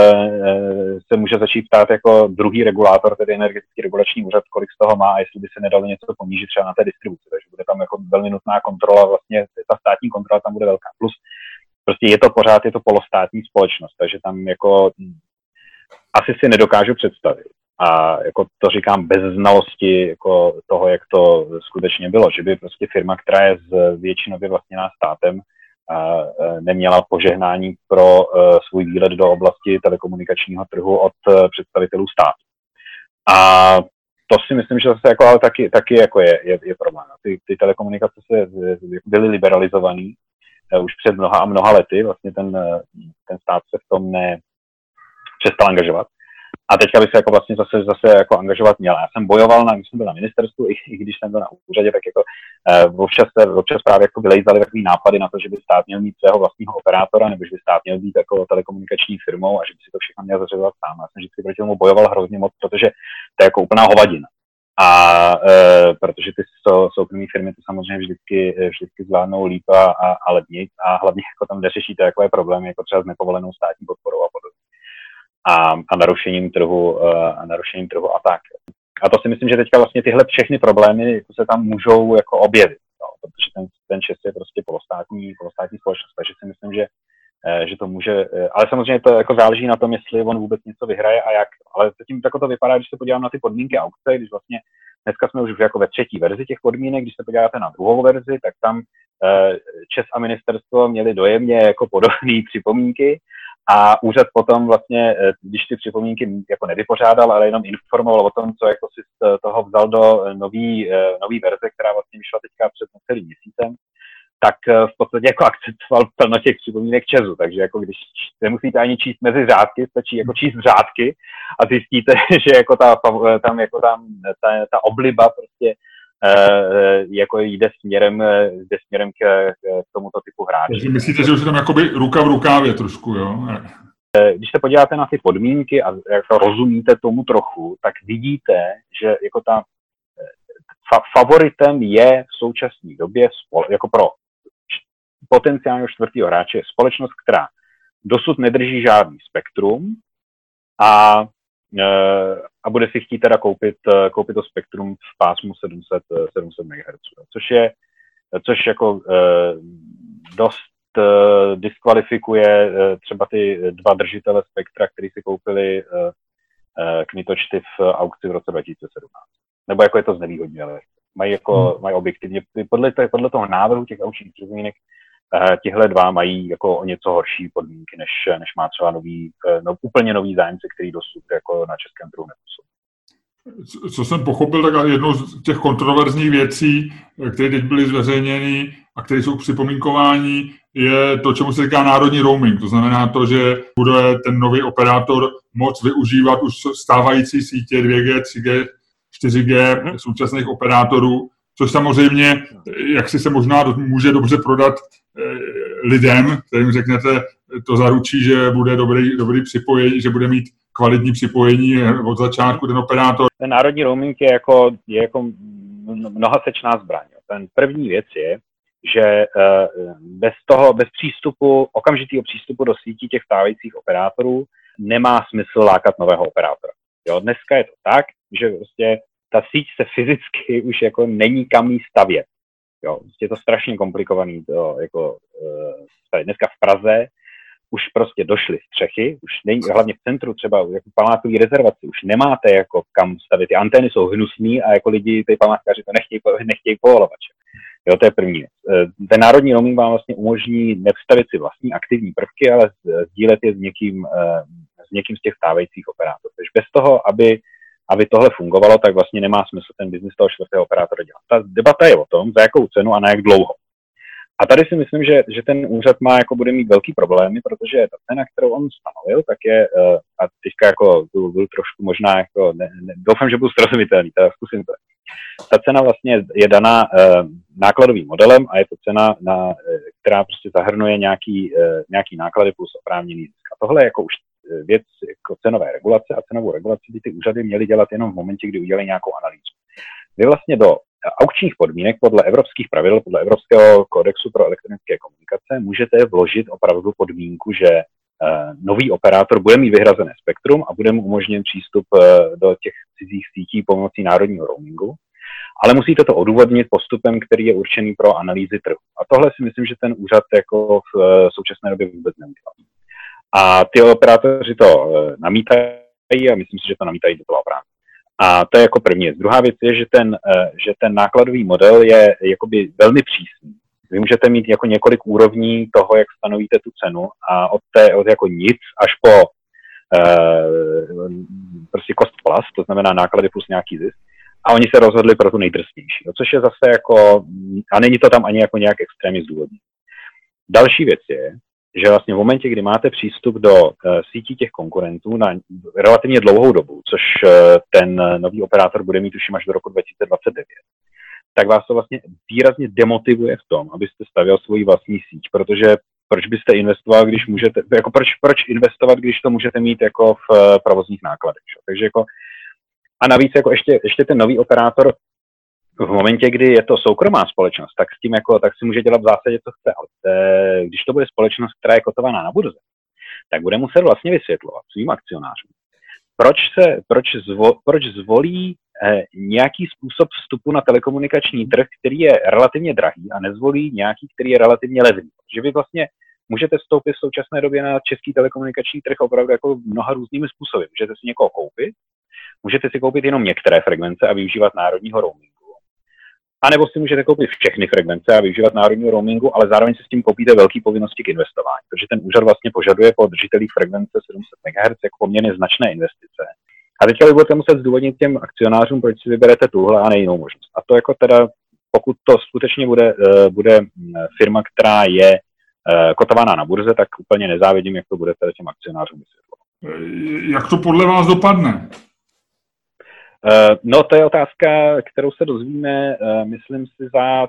se může začít ptát jako druhý regulátor, tedy energetický regulační úřad, kolik z toho má a jestli by se nedalo něco ponížit třeba na té distribuci. Takže bude tam jako velmi nutná kontrola, vlastně ta státní kontrola tam bude velká. Plus prostě je to pořád, je to polostátní společnost, takže tam jako asi si nedokážu představit. A jako to říkám bez znalosti jako toho, jak to skutečně bylo, že by prostě firma, která je z většinově vlastněná státem, a neměla požehnání pro svůj výlet do oblasti telekomunikačního trhu od představitelů státu. A to si myslím, že zase jako, ale taky, taky jako je, je, je problém. Ty, ty telekomunikace se byly liberalizovaný už před mnoha a mnoha lety, vlastně ten, ten stát se v tom ne přestal angažovat. A teďka by se jako vlastně zase, zase jako angažovat měl. Já jsem bojoval, na, když jsem byl na ministerstvu, i, i když jsem byl na úřadě, tak jako uh, občas, občas právě jako vylejzali takový nápady na to, že by stát měl mít svého vlastního operátora, nebo že by stát měl být jako telekomunikační firmou a že by si to všechno měl zařizovat sám. Já jsem vždycky proti tomu bojoval hrozně moc, protože to je jako úplná hovadina. A uh, protože ty so, soukromé firmy to samozřejmě vždycky, vždycky zvládnou líp a, a, a levněji a hlavně jako tam neřešíte takové problémy, jako třeba s nepovolenou státní podporou a podobně. A, a narušením trhu a narušením trhu a tak. A to si myslím, že teďka vlastně tyhle všechny problémy jako se tam můžou jako objevit, no, protože ten, ten ČEZ je prostě polostátní, polostátní společnost, takže si myslím, že, že to může, ale samozřejmě to jako záleží na tom, jestli on vůbec něco vyhraje a jak, ale zatím tak to vypadá, když se podívám na ty podmínky aukce, když vlastně dneska jsme už jako ve třetí verzi těch podmínek, když se podíváte na druhou verzi, tak tam ČEZ a ministerstvo měli dojemně jako podobné připomínky. A úřad potom vlastně, když ty připomínky jako nevypořádal, ale jenom informoval o tom, co jako si z toho vzal do nový, nový verze, která vlastně vyšla teďka před celým měsícem, tak v podstatě jako akceptoval plno těch připomínek ČEZu. Takže jako když nemusíte ani číst mezi řádky, stačí jako číst řádky a zjistíte, že jako ta, tam, jako tam ta, ta obliba prostě Uh, jako jde směrem, jde směrem k, k tomuto typu hráče. Takže myslíte, že už je tam jakoby ruka v rukávě trošku, jo? Když se podíváte na ty podmínky a jako rozumíte tomu trochu, tak vidíte, že jako ta fa- favoritem je v současné době spole- jako pro potenciálního čtvrtého hráče společnost, která dosud nedrží žádný spektrum a a bude si chtít teda koupit, koupit to spektrum v pásmu sedm set megahertzů, což je, což jako dost diskvalifikuje třeba ty dva držitele spektra, kteří si koupili kmitočty v aukci v roce dva tisíce sedmnáct. Nebo jako je to znevýhodňuje, ale mají jako, mají objektivně, podle, podle toho návrhu těch aukčních připomínek, tihle dva mají jako o něco horší podmínky, než, než má třeba nový, no, úplně nový zájemce, který dosud jako na českém trhu nepůsobí. Co jsem pochopil, tak jednou z těch kontroverzních věcí, které teď byly zveřejněny a které jsou připomínkovány, je to, čemu se říká národní roaming. To znamená to, že bude ten nový operátor moct využívat už stávající sítě dvě G, tři G, čtyři G hmm. současných operátorů, což samozřejmě, jak si se možná může dobře prodat lidem, kterým řeknete, to zaručí, že bude dobrý, dobrý připojení, že bude mít kvalitní připojení od začátku ten operátor. Ten národní roaming je jako, je jako mnohasečná zbraň. Ten první věc je, že bez toho, bez přístupu, okamžitého přístupu do sítí těch stávajících operátorů nemá smysl lákat nového operátora. Jo, dneska je to tak, že prostě ta síť se fyzicky už jako není kam jí stavět. Jo, je to strašně komplikovaný. To, jako, uh, dneska v Praze už prostě došly střechy, už není, hlavně v centru třeba jako památkový rezervaci, už nemáte jako kam stavět. Ty antény jsou hnusný a jako lidi, ty památkáři to nechtějí, nechtějí povolovat. Jo, to je první věc. Ten národní roaming vám vlastně umožní nevstavit si vlastní aktivní prvky, ale sdílet je s někým, s někým z těch stávajících operátorů. Takže bez toho, aby aby tohle fungovalo, tak vlastně nemá smysl ten biznis toho čtvrtého operátora dělat. Ta debata je o tom, za jakou cenu a na jak dlouho. A tady si myslím, že, že ten úřad má, jako bude mít velký problémy, protože ta cena, kterou on stanovil, tak je, a teďka jako byl, byl trošku možná, jako, ne, ne, doufám, že byl srozumitelný, teda zkusím to. Ta cena vlastně je daná e, nákladovým modelem a je to cena, na, e, která prostě zahrnuje nějaký, e, nějaký náklady plus oprávněný zisk. A tohle je jako už věc jako cenové regulace a cenovou regulaci by ty úřady měly dělat jenom v momentě, kdy udělají nějakou analýzu. Vy vlastně do aukčních podmínek podle evropských pravidel, podle Evropského kodexu pro elektronické komunikace můžete vložit opravdu podmínku, že uh, nový operátor bude mít vyhrazené spektrum a bude mu umožněn přístup uh, do těch cizích sítí pomocí národního roamingu, ale musíte to odůvodnit postupem, který je určený pro analýzy trhu. A tohle si myslím, že ten úřad jako v uh, současné době vůbec neudělá. A ty operátoři to uh, namítají a myslím si, že to namítají docela oprávněně. A to je jako první věc. Druhá věc je, že ten, že ten nákladový model je jakoby velmi přísný. Vy můžete mít jako několik úrovní toho, jak stanovíte tu cenu a od té od jako nic až po uh, prostě cost plus, to znamená náklady plus nějaký zisk. A oni se rozhodli pro tu nejdrsnější, no, což je zase jako, a není to tam ani jako nějak extrémně zdůvodněné. Další věc je, že vlastně v momentě, kdy máte přístup do uh, sítí těch konkurentů na relativně dlouhou dobu, což uh, ten nový operátor bude mít tuším až do roku dva tisíce dvacet devět, tak vás to vlastně výrazně demotivuje v tom, abyste stavěl svoji vlastní síť, protože proč byste investoval, když můžete, jako proč, proč investovat, když to můžete mít jako v uh, provozních nákladech. Že? Takže jako, a navíc jako ještě, ještě ten nový operátor v momentě, kdy je to soukromá společnost, tak s tím jako, tak si může dělat v zásadě, co chce. Ale te, když to bude společnost, která je kotovaná na burze, tak bude muset vlastně vysvětlovat svým akcionářům, proč, se, proč, zvo, proč zvolí eh, nějaký způsob vstupu na telekomunikační trh, který je relativně drahý a nezvolí nějaký, který je relativně levný. Že vy vlastně můžete vstoupit v současné době na český telekomunikační trh opravdu jako mnoha různými způsoby. Můžete si někoho koupit, můžete si koupit jenom některé frekvence a využívat národního roamingu. A nebo si můžete koupit všechny frekvence a využívat národního roamingu, ale zároveň si s tím koupíte velké povinnosti k investování, protože ten úřad vlastně požaduje po držitelích frekvence sedm set megahertzů jako poměrně značné investice. A teďka vy budete muset zdůvodnit těm akcionářům, proč si vyberete tuhle a ne jinou možnost. A to jako teda, pokud to skutečně bude, bude firma, která je kotovaná na burze, tak úplně nezávidím, jak to budete těm akcionářům vysvětlovat. Jak to podle vás dopadne? No, to je otázka, kterou se dozvíme, myslím si, za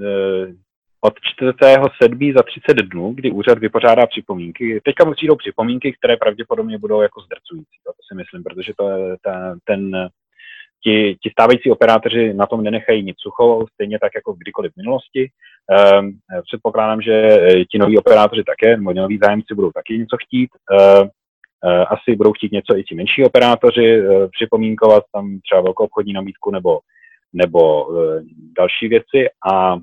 od čtvrtého sedmého za třicet dnů, kdy úřad vypořádá připomínky. Teďka mu přijdou připomínky, které pravděpodobně budou jako zdrcující, to si myslím, protože to je ten, ten ti, ti stávající operátoři na tom nenechají nic sucho, stejně tak jako kdykoliv v minulosti. Předpokládám, že ti noví operátoři také, nebo noví zájemci budou taky něco chtít. Asi budou chtít něco i ti menší operátoři připomínkovat, tam třeba velkou obchodní nabídku nebo, nebo další věci a,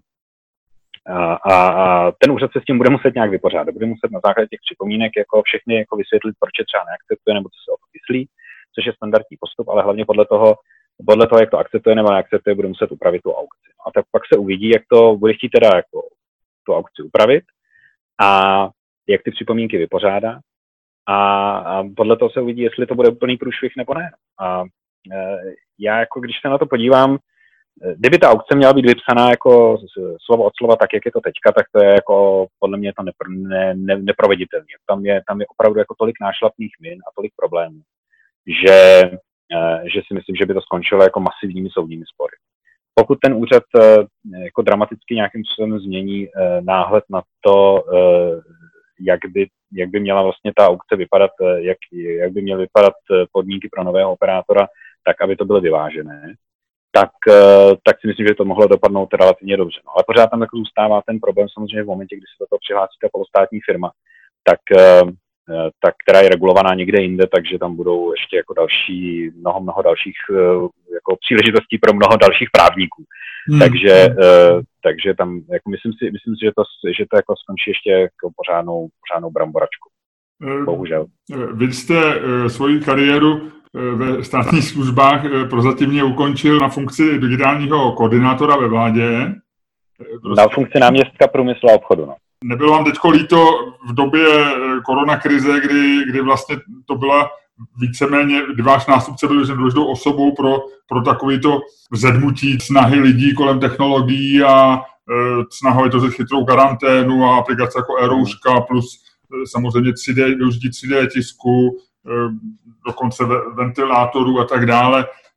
a, a ten úřad se s tím bude muset nějak vypořádat. Bude muset na základě těch připomínek jako všechny jako vysvětlit, proč je třeba neakceptuje nebo co se o to myslí, což je standardní postup, ale hlavně podle toho, podle toho, jak to akceptuje nebo neakceptuje, bude muset upravit tu aukci. A tak pak se uvidí, jak to bude chtít teda jako tu aukci upravit a jak ty připomínky vypořádá. A, a podle toho se uvidí, jestli to bude úplný průšvih nebo ne. A e, já jako, když se na to podívám, kdyby ta aukce měla být vypsaná jako slovo od slova tak, jak je to teďka, tak to je jako podle mě to nepr, ne, ne, neproveditelné. Tam je, tam je opravdu jako tolik nášlapných min a tolik problémů, že, e, že si myslím, že by to skončilo jako masivními soudními spory. Pokud ten úřad e, jako dramaticky nějakým způsobem změní e, náhled na to, e, jak by, jak by měla vlastně ta aukce vypadat, jak, jak by měly vypadat podmínky pro nového operátora, tak aby to byly vyvážené, tak, tak si myslím, že to mohlo dopadnout relativně dobře. No, ale pořád tam jako zůstává ten problém samozřejmě v momentě, kdy se do toho přihlásí ta polostátní firma, tak, tak, která je regulovaná někde jinde, takže tam budou ještě jako další, mnoho, mnoho dalších jako příležitostí pro mnoho dalších právníků. Hmm. Takže, uh, takže tam, jako myslím si, myslím si, že to, že to jako skončí ještě jako pořádnou, pořádnou bramboračku. Bohužel. Vy jste uh, svoji kariéru uh, ve státních službách uh, prozatímně ukončil na funkci digitálního koordinátora ve vládě. Prostě... Na funkci náměstka průmyslu a obchodu, no. Nebylo vám teďko líto v době koronakrize, kdy, kdy vlastně to byla víceméně, kdy váš nástupce byl důležitou osobou pro, pro takovýto vzedmutí snahy lidí kolem technologií a e, snahu vytvořit chytrou karanténu a aplikace jako e-rouška plus e, samozřejmě tři dé, využití tři dé tisku, e, dokonce ve, ventilátorů a tak dále.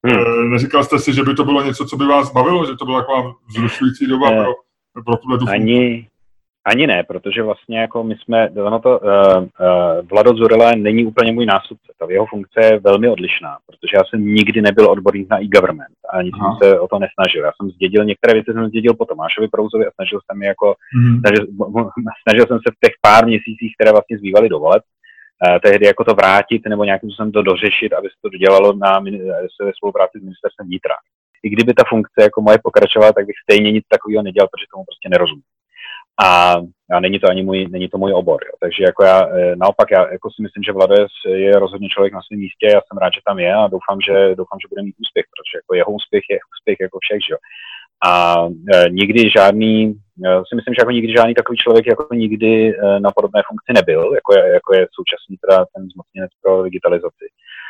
Hmm. Neříkal jste si, že by to bylo něco, co by vás bavilo, že to byla taková vzrušující doba eh, pro, pro tuhle tu ani, ani ne, protože vlastně jako my jsme, ono to, uh, uh, Vlado Dzurilla není úplně můj nástupce, ta jeho funkce je velmi odlišná, protože já jsem nikdy nebyl odborník na e-government, ani jsem se o to nesnažil. Já jsem zdědil, některé věci jsem zdědil po Tomášovi Prouzovi a snažil jsem jako, hmm. snažil, snažil jsem se v těch pár měsících, které vlastně zbývaly do voleb, Uh, tehdy jako to vrátit nebo nějakým způsobem to dořešit, aby se to dělalo na, ve spolupráci s ministerstvem vnitra. I kdyby ta funkce jako moje pokračovala, tak bych stejně nic takového nedělal, protože tomu prostě nerozumím. A, a není to ani můj, není to můj obor. Jo. Takže jako já, naopak já jako si myslím, že Vlado je rozhodně člověk na svém místě, já jsem rád, že tam je a doufám, že, doufám, že bude mít úspěch, protože jako jeho úspěch je úspěch jako všech, že jo. A e, nikdy žádný, e, si myslím, že jako nikdy žádný takový člověk jako nikdy e, na podobné funkci nebyl, jako je, jako je současný teda ten zmocněnec pro digitalizaci.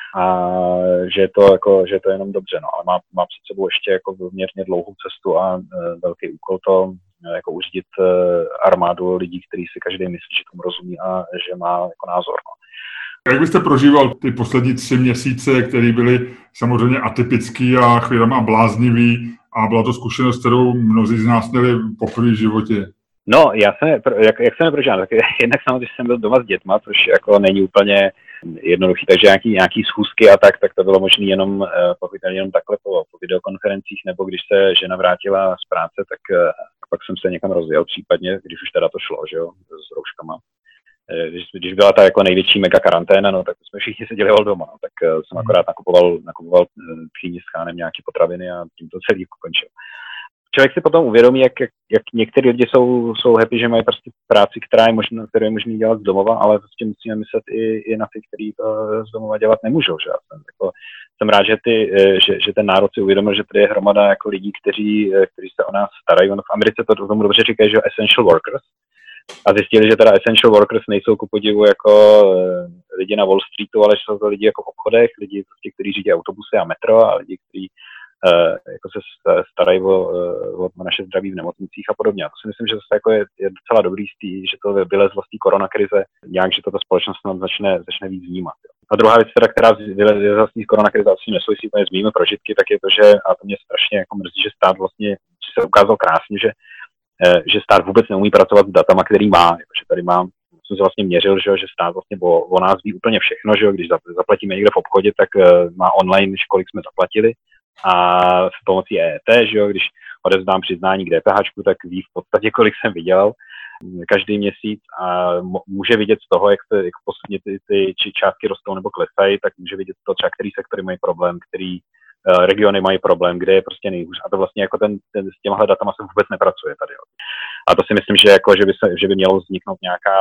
A že je to, jako, že je to jenom dobře, no, ale má, má před sebou ještě jako poměrně dlouhou cestu a e, velký úkol to e, jako uřídit e, armádu lidí, kteří si každý myslí, že tomu rozumí a že má jako názor, no. Jak byste prožíval ty poslední tři měsíce, které byly samozřejmě atypický a chvílema bláznivý a byla to zkušenost, kterou mnozí z nás měli poprvé v životě? No, já jsem, jak, jak jsem neprožíval, tak jednak samozřejmě jsem byl doma s dětma, což jako není úplně jednoduchý, takže nějaký, nějaký schůzky a tak, tak to bylo možné jenom, pokud jenom takhle po, po videokonferencích, nebo když se žena vrátila z práce, tak pak jsem se někam rozjel případně, když už teda to šlo, že jo, s rouškama. Když, když byla ta jako největší mega karanténa, no, tak jsme všichni seděli hol doma, no, tak uh, jsem akorát nakupoval, nakupoval přímě s chánem nějaké potraviny a tím to celý končil. Člověk si potom uvědomí, jak, jak, jak některý lidi jsou, jsou happy, že mají prostě práci, která je možná, kterou je možný dělat z domova, ale prostě musíme myslet i, i na ty, kteří to z domova dělat nemůžou. Že? Já jsem, jako, jsem rád, že, ty, že, že ten národ si uvědomil, že tady je hromada jako lidí, kteří, kteří se o nás starají. On v Americe to tomu dobře říkají, že essential workers. A zjistili, že teda essential workers nejsou ku podivu jako lidi na Wall Streetu, ale jsou to lidi jako v obchodech, lidi, prostě, kteří řídí autobusy a metro a lidi, kteří uh, jako se starají o, o naše zdraví v nemocnicích a podobně. A to si myslím, že to jako je, je docela dobrý stý, že to vylezlo z té koronakrize nějak, že to ta společnost nám začne, začne víc vnímat. Jo. A druhá věc, teda, která vylezla z té koronakrize a s tím nesouvisí úplně s mými prožitky, tak je to, že, a to mě strašně jako mrzí, že stát vlastně se ukázal krásně, že že stát vůbec neumí pracovat s datama, který má. Že tady mám, jsem se vlastně měřil, že, že stát vlastně o, o nás ví úplně všechno, že když zaplatíme někde v obchodě, tak má online, kolik jsme zaplatili a s pomocí E E T, že když odevzdám přiznání k D P H, tak ví v podstatě, kolik jsem vydělal každý měsíc a může vidět z toho, jak, se, jak postupně ty, ty či částky rostou nebo klesají, tak může vidět to třeba, který sektory mají problém, který regiony mají problém, kde je prostě nejhůř. A to vlastně jako ten, ten s těmahle datama se vůbec nepracuje tady. A to si myslím, že, jako, že, by, se, že by mělo vzniknout nějaká,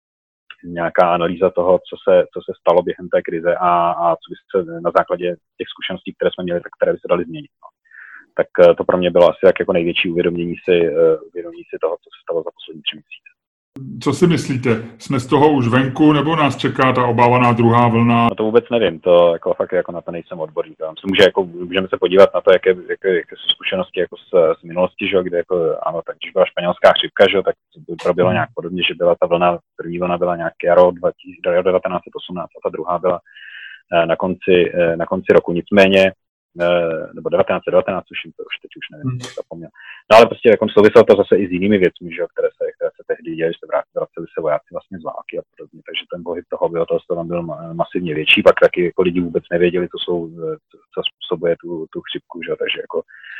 nějaká analýza toho, co se, co se stalo během té krize a, a co by se na základě těch zkušeností, které jsme měli, tak které by se daly změnit. No. Tak to pro mě bylo asi jako největší uvědomění si, uvědomění si toho, co se stalo za poslední tři měsíce. Co si myslíte? Jsme z toho už venku, nebo nás čeká ta obávaná druhá vlna? No to vůbec nevím, to jako fakt jako na to nejsem odborník. Může, jako, můžeme se podívat na to, jaké, jaké, jaké jsou zkušenosti jako z, z minulosti, že, kde jako, ano, tak když byla španělská chřipka, že, tak to proběhlo nějak podobně, že byla ta vlna, první vlna byla nějak jaro devatenáct set osmnáct a ta druhá byla na konci, na konci roku. Nicméně nebo devatenáct set devatenáct, už, to, už teď už nevím, hmm. zapomněl. No ale prostě jako souviselo to zase i s jinými věcmi, že, které, se, které se tehdy děly, že se vraceli se vojáci vlastně z války a podobně, takže ten pohyb toho obyvatelstva tam byl masivně větší, pak taky jako lidi vůbec nevěděli, co, jsou, co způsobuje tu, tu chřipku, že, takže jako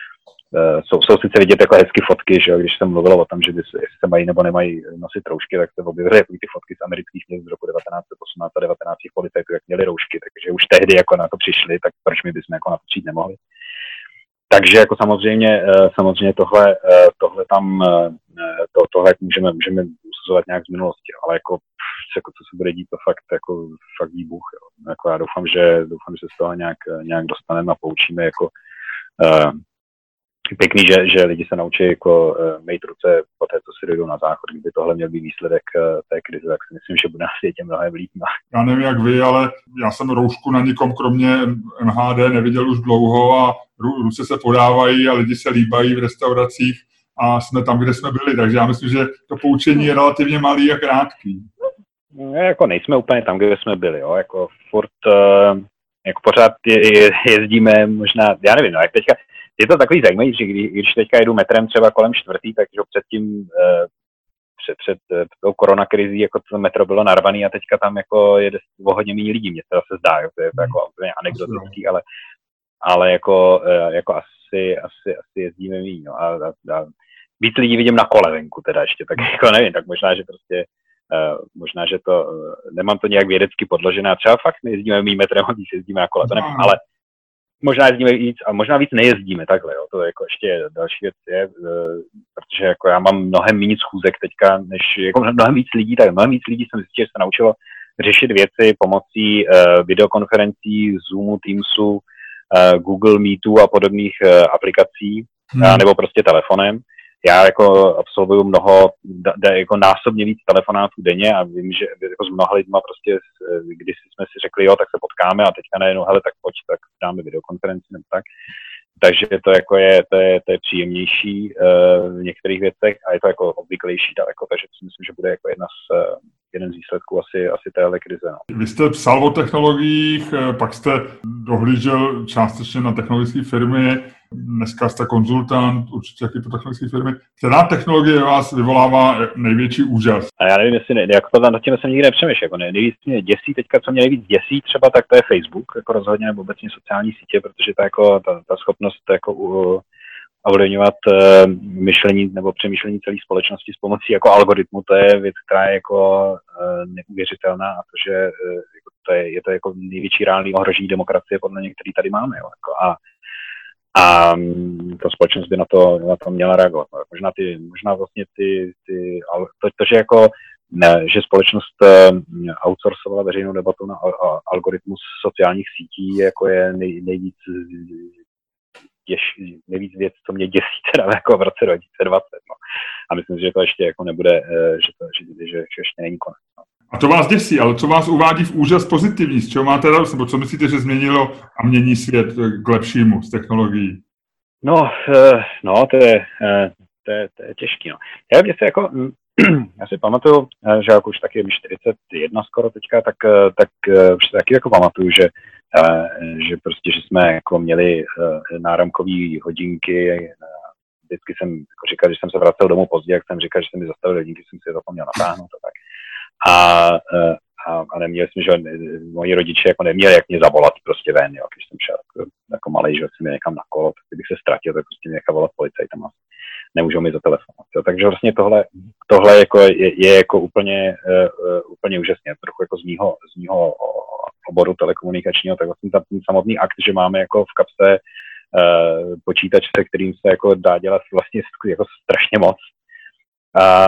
jsou, jsou sice vidět jako hezky fotky, že když jsem mluvil o tom, že jestli se mají nebo nemají nosit roušky, tak se objevily jako ty fotky z amerických měst z roku devatenáct set osmnáct a devatenáct policajtů, jak měli roušky, takže už tehdy jako na to přišli, tak proč my bychom jako na to přijít nemohli. Takže jako samozřejmě, samozřejmě tohle, tohle tam, to, tohle můžeme, můžeme usuzovat nějak z minulosti, ale jako, jako co se bude dít, to fakt, jako, fakt ví Bůh. Jo. Jako já doufám, že, doufám, že se z toho nějak, nějak dostaneme a poučíme jako uh, pěkný, že, že lidi se naučí jako uh, mít ruce po té, co si dojdou na záchod. Kdyby tohle měl být výsledek uh, té krize, tak si myslím, že bude na světě mnohem líp. Já nevím, jak vy, ale já jsem roušku na nikom kromě M H D neviděl už dlouho a ruce se podávají a lidi se líbají v restauracích a jsme tam, kde jsme byli. Takže já myslím, že to poučení je relativně malý a krátký. No, jako nejsme úplně tam, kde jsme byli. Jo. Jako furt, uh, jako pořád je, je, jezdíme možná, já nevím, no jak teďka, je to takový zajímavý, že když, když teďka jedu metrem třeba kolem čtvrtý, takže předtím eh, před, před, před tou koronakrizí jako to metro bylo narvaný a teďka tam jako jede o hodně méně lidí, mně to se zdá, jo, to je to jako úplně anekdotický, ale, ale jako, eh, jako asi, asi, asi jezdíme méně, no, a, a, a víc lidí vidím na kole venku teda ještě, tak jako nevím, tak možná, že prostě Uh, možná, že to, uh, nemám to nějak vědecky podložené, a třeba fakt nejezdíme mým metrem, a víc jezdíme na kole, to nevím, ale možná jezdíme víc a možná víc nejezdíme takhle, jo, to je jako ještě další věc je, uh, protože jako já mám mnohem méně schůzek teďka, než jako mnohem víc lidí, tak mnohem víc lidí jsem zjistil, že se naučilo řešit věci pomocí uh, videokonferencí, Zoomu, Teamsu, uh, Google Meetu a podobných uh, aplikací, hmm. uh, nebo prostě telefonem. Já jako absolvuju mnoho, da, da, jako násobně víc telefonátů denně a vím, že jako s mnoha lidma prostě, když jsme si řekli, jo, tak se potkáme a teďka najednou, hele, tak pojď, tak dáme videokonferenci nebo tak. Takže to jako je, to je, to je příjemnější uh, v některých věcech a je to jako obvyklejší daleko, takže si myslím, že bude jako jedna z, uh, jeden z výsledků asi, asi téhle krize. No. Vy jste psal o technologiích, pak jste dohlížel částečně na technologické firmy, dneska jste konzultant, určitě taky pro technologické firmy. Která technologie vás vyvolává největší úžas? A já nevím, jestli ne, jako to nad tím jsem nikdy nepřemýšlel. Jako nejvíc mě děsí teďka, co mě nejvíc děsí třeba, tak to je Facebook, jako rozhodně, nebo obecně sociální sítě, protože ta, jako, ta, ta schopnost jako uh, ovlivňovat uh, myšlení nebo přemýšlení celé společnosti s pomocí jako algoritmu, to je věc, která je jako uh, neuvěřitelná a to, že uh, jako to je, je to jako největší reálný ohrožení demokracie podle mě, který tady máme. Jo, jako a A ta společnost by na to, na to měla reagovat. Možná, ty, možná vlastně ty, ty to, to, že jako ne, že společnost outsourcovala veřejnou debatu na algoritmus sociálních sítí, jako je nej, nejvíc, jež, nejvíc věc, co mě děsí teda jako v roce dva tisíce dvacet. No. A myslím, že to ještě jako nebude, že to že, že, že ještě není konec. No. A to vás děsí, ale co vás uvádí v úžas pozitivní? Z čeho máte radost? Nebo co myslíte, že změnilo a mění svět k lepšímu z technologií? No, no to, je, to, je, to je těžký. No. Já, mě se jako, já si pamatuju, že jako už taky čtyřicet jedna skoro teďka, tak, tak už se taky jako pamatuju, že, že prostě, že jsme jako měli náramkové hodinky. Vždycky jsem jako říkal, že jsem se vracel domů pozdě, jak jsem říkal, že jsem mi zastavil hodinky, jsem si je zapomněl natáhnout a tak. A, a, a neměli jsme, že moji rodiče jako neměli, jak mě zavolat prostě ven, jo, když jsem šel jako, jako malej, že jsem někam na kolo, tak kdybych se ztratil, tak prostě mě nechal volat policajtem a nemůžou mi zatelefonovat. Jo. Takže vlastně tohle, tohle jako je, je jako úplně, uh, úplně úžasně, trochu jako z mýho, z mýho oboru telekomunikačního, tak vlastně ten samotný akt, že máme jako v kapse uh, počítač, se kterým se jako dá dělat vlastně jako strašně moc. A,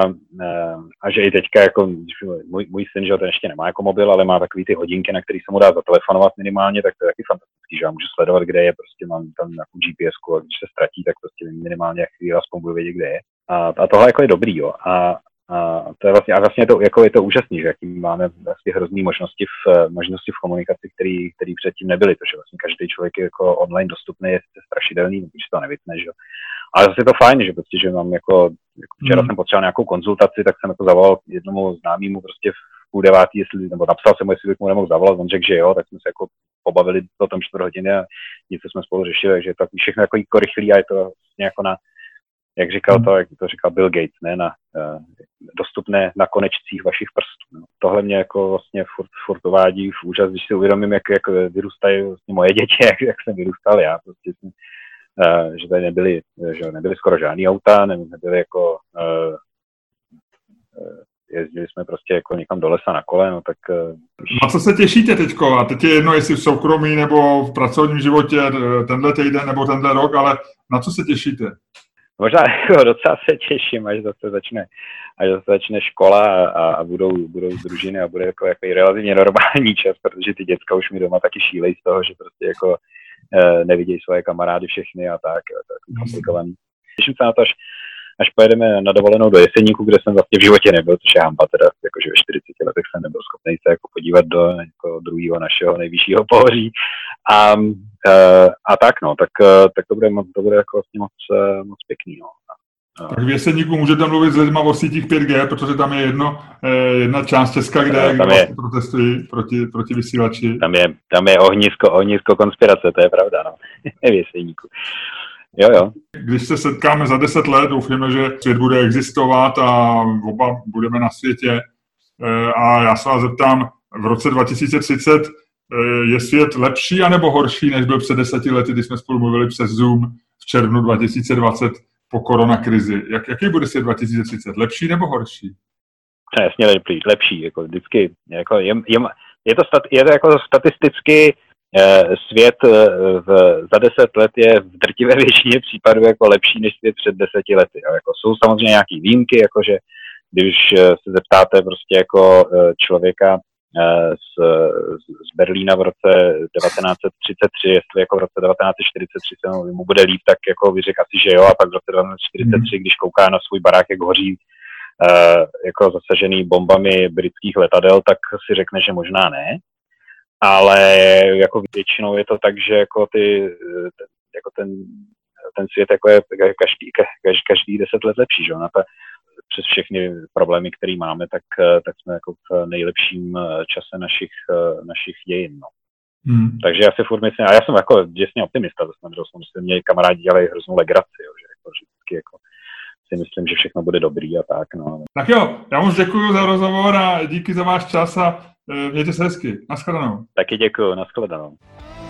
a že i teďka jako můj, můj syn, že ten ještě nemá jako mobil, ale má takový ty hodinky, na který se mu dá zatelefonovat minimálně, tak to je taky fantastický, že já můžu sledovat, kde je, prostě mám tam nějakou G P S ku a když se ztratí, tak prostě minimálně jak chvíli aspoň budu vědět, kde je. A, a tohle jako je dobrý, jo. A, a to je vlastně, a vlastně to, jako je to úžasný, že jaký máme vlastně hrozný možnosti v, možnosti v komunikaci, který, který předtím nebyly, protože vlastně každý člověk je jako online dostupný, je strašidelný, když to nevytne, že. Ale zase je to fajn, že prostě, že mám jako, jako včera hmm. jsem potřeboval nějakou konzultaci, tak jsem jako zavolal jednomu známému prostě v půl devátý, jestli, nebo napsal jsem mu, jestli bych mu nemohl zavolat, on řekl, že jo, tak jsme se jako pobavili o tom čtvrt hodiny a něco jsme spolu řešili, takže je to všechno jako, jako rychlý a je to vlastně jako na, jak říkal to, jak to říkal Bill Gates, ne, na uh, dostupné na konečcích vašich prstů. No. Tohle mě jako vlastně furt, furt uvádí v úžas, když si uvědomím, jak, jak vyrůstají vlastně moje děti, jak, jak jsem vyrůstal já, prostě jsem, Uh, že tady nebyly, že nebyly skoro žádný auta, ne, nebyly jako, uh, uh, jezdili jsme prostě jako někam do lesa na kole, no tak... Uh, Na co se těšíte teďko? A teď je jedno, jestli v soukromí nebo v pracovním životě tenhle týden nebo tenhle rok, ale na co se těšíte? Možná jako docela se těším, až zase začne, až zase začne škola a, a budou, budou družiny a bude jako, jako relativně normální čas, protože ty děcka už mi doma taky šílejí z toho, že prostě jako nevidějí svoje kamarády všechny a tak, to je komplikovaný. Těším se na to, až, až pojedeme na dovolenou do Jeseníku, kde jsem vlastně v životě nebyl, což je hamba teda, jakože ve čtyřiceti letech jsem nebyl schopný se jako podívat do jako druhého našeho nejvyššího pohoří. A, a tak no, tak, tak to bude, to bude jako vlastně moc, moc pěkný. No. No. Tak v Jeseníku můžete mluvit s lidma o sítích pět G, protože tam je jedno, jedna část Česka, kde, kde vlastně protestují proti, proti vysílači. Tam je, tam je ohnisko, ohnisko konspirace, to je pravda, no. V Jeseníku. Jo, jo. Když se setkáme za deset let, doufáme, že svět bude existovat a oba budeme na světě. A já se vás zeptám, v roce dva tisíce třicet je svět lepší anebo horší, než byl před deseti lety, když jsme spolu mluvili přes Zoom v červnu dva tisíce dvacet po koronakrizi? Jak, jaký bude svět dva tisíce třicet? Lepší nebo horší? Jasně lepší, lepší jako vždycky. Jako je, je, je, to stat, je to jako statisticky eh, svět eh, v, za deset let je v drtivé většině případů jako lepší než svět před deseti lety. Jo. Jako jsou samozřejmě nějaký výjimky, jakože když se zeptáte prostě jako eh, člověka Z, z Berlína v roce devatenáct set třicet tři, jestli jako v roce devatenáct set čtyřicet tři se mu bude líp, tak jako by řekl asi, že jo, a pak v roce devatenáct set čtyřicet tři, když kouká na svůj barák, jak hoří uh, jako zasažený bombami britských letadel, tak si řekne, že možná ne, ale jako většinou je to tak, že jako ty, ten, jako ten, ten svět jako je každý, každý, každý deset let lepší, že jo, na to přes všechny problémy, které máme, tak, tak jsme jako v nejlepším čase našich, našich dějin. No. Hmm. Takže já si furt myslím, a já jsem jako děsně optimista, to znamená, že jsme měli kamarádi dělají hroznou legraci, jo, že jako vždycky jako si myslím, že všechno bude dobrý a tak. No. Tak jo, já moc děkuji za rozhovor a díky za váš čas a mějte se hezky. Naschledanou. Taky děkuji, naschledanou.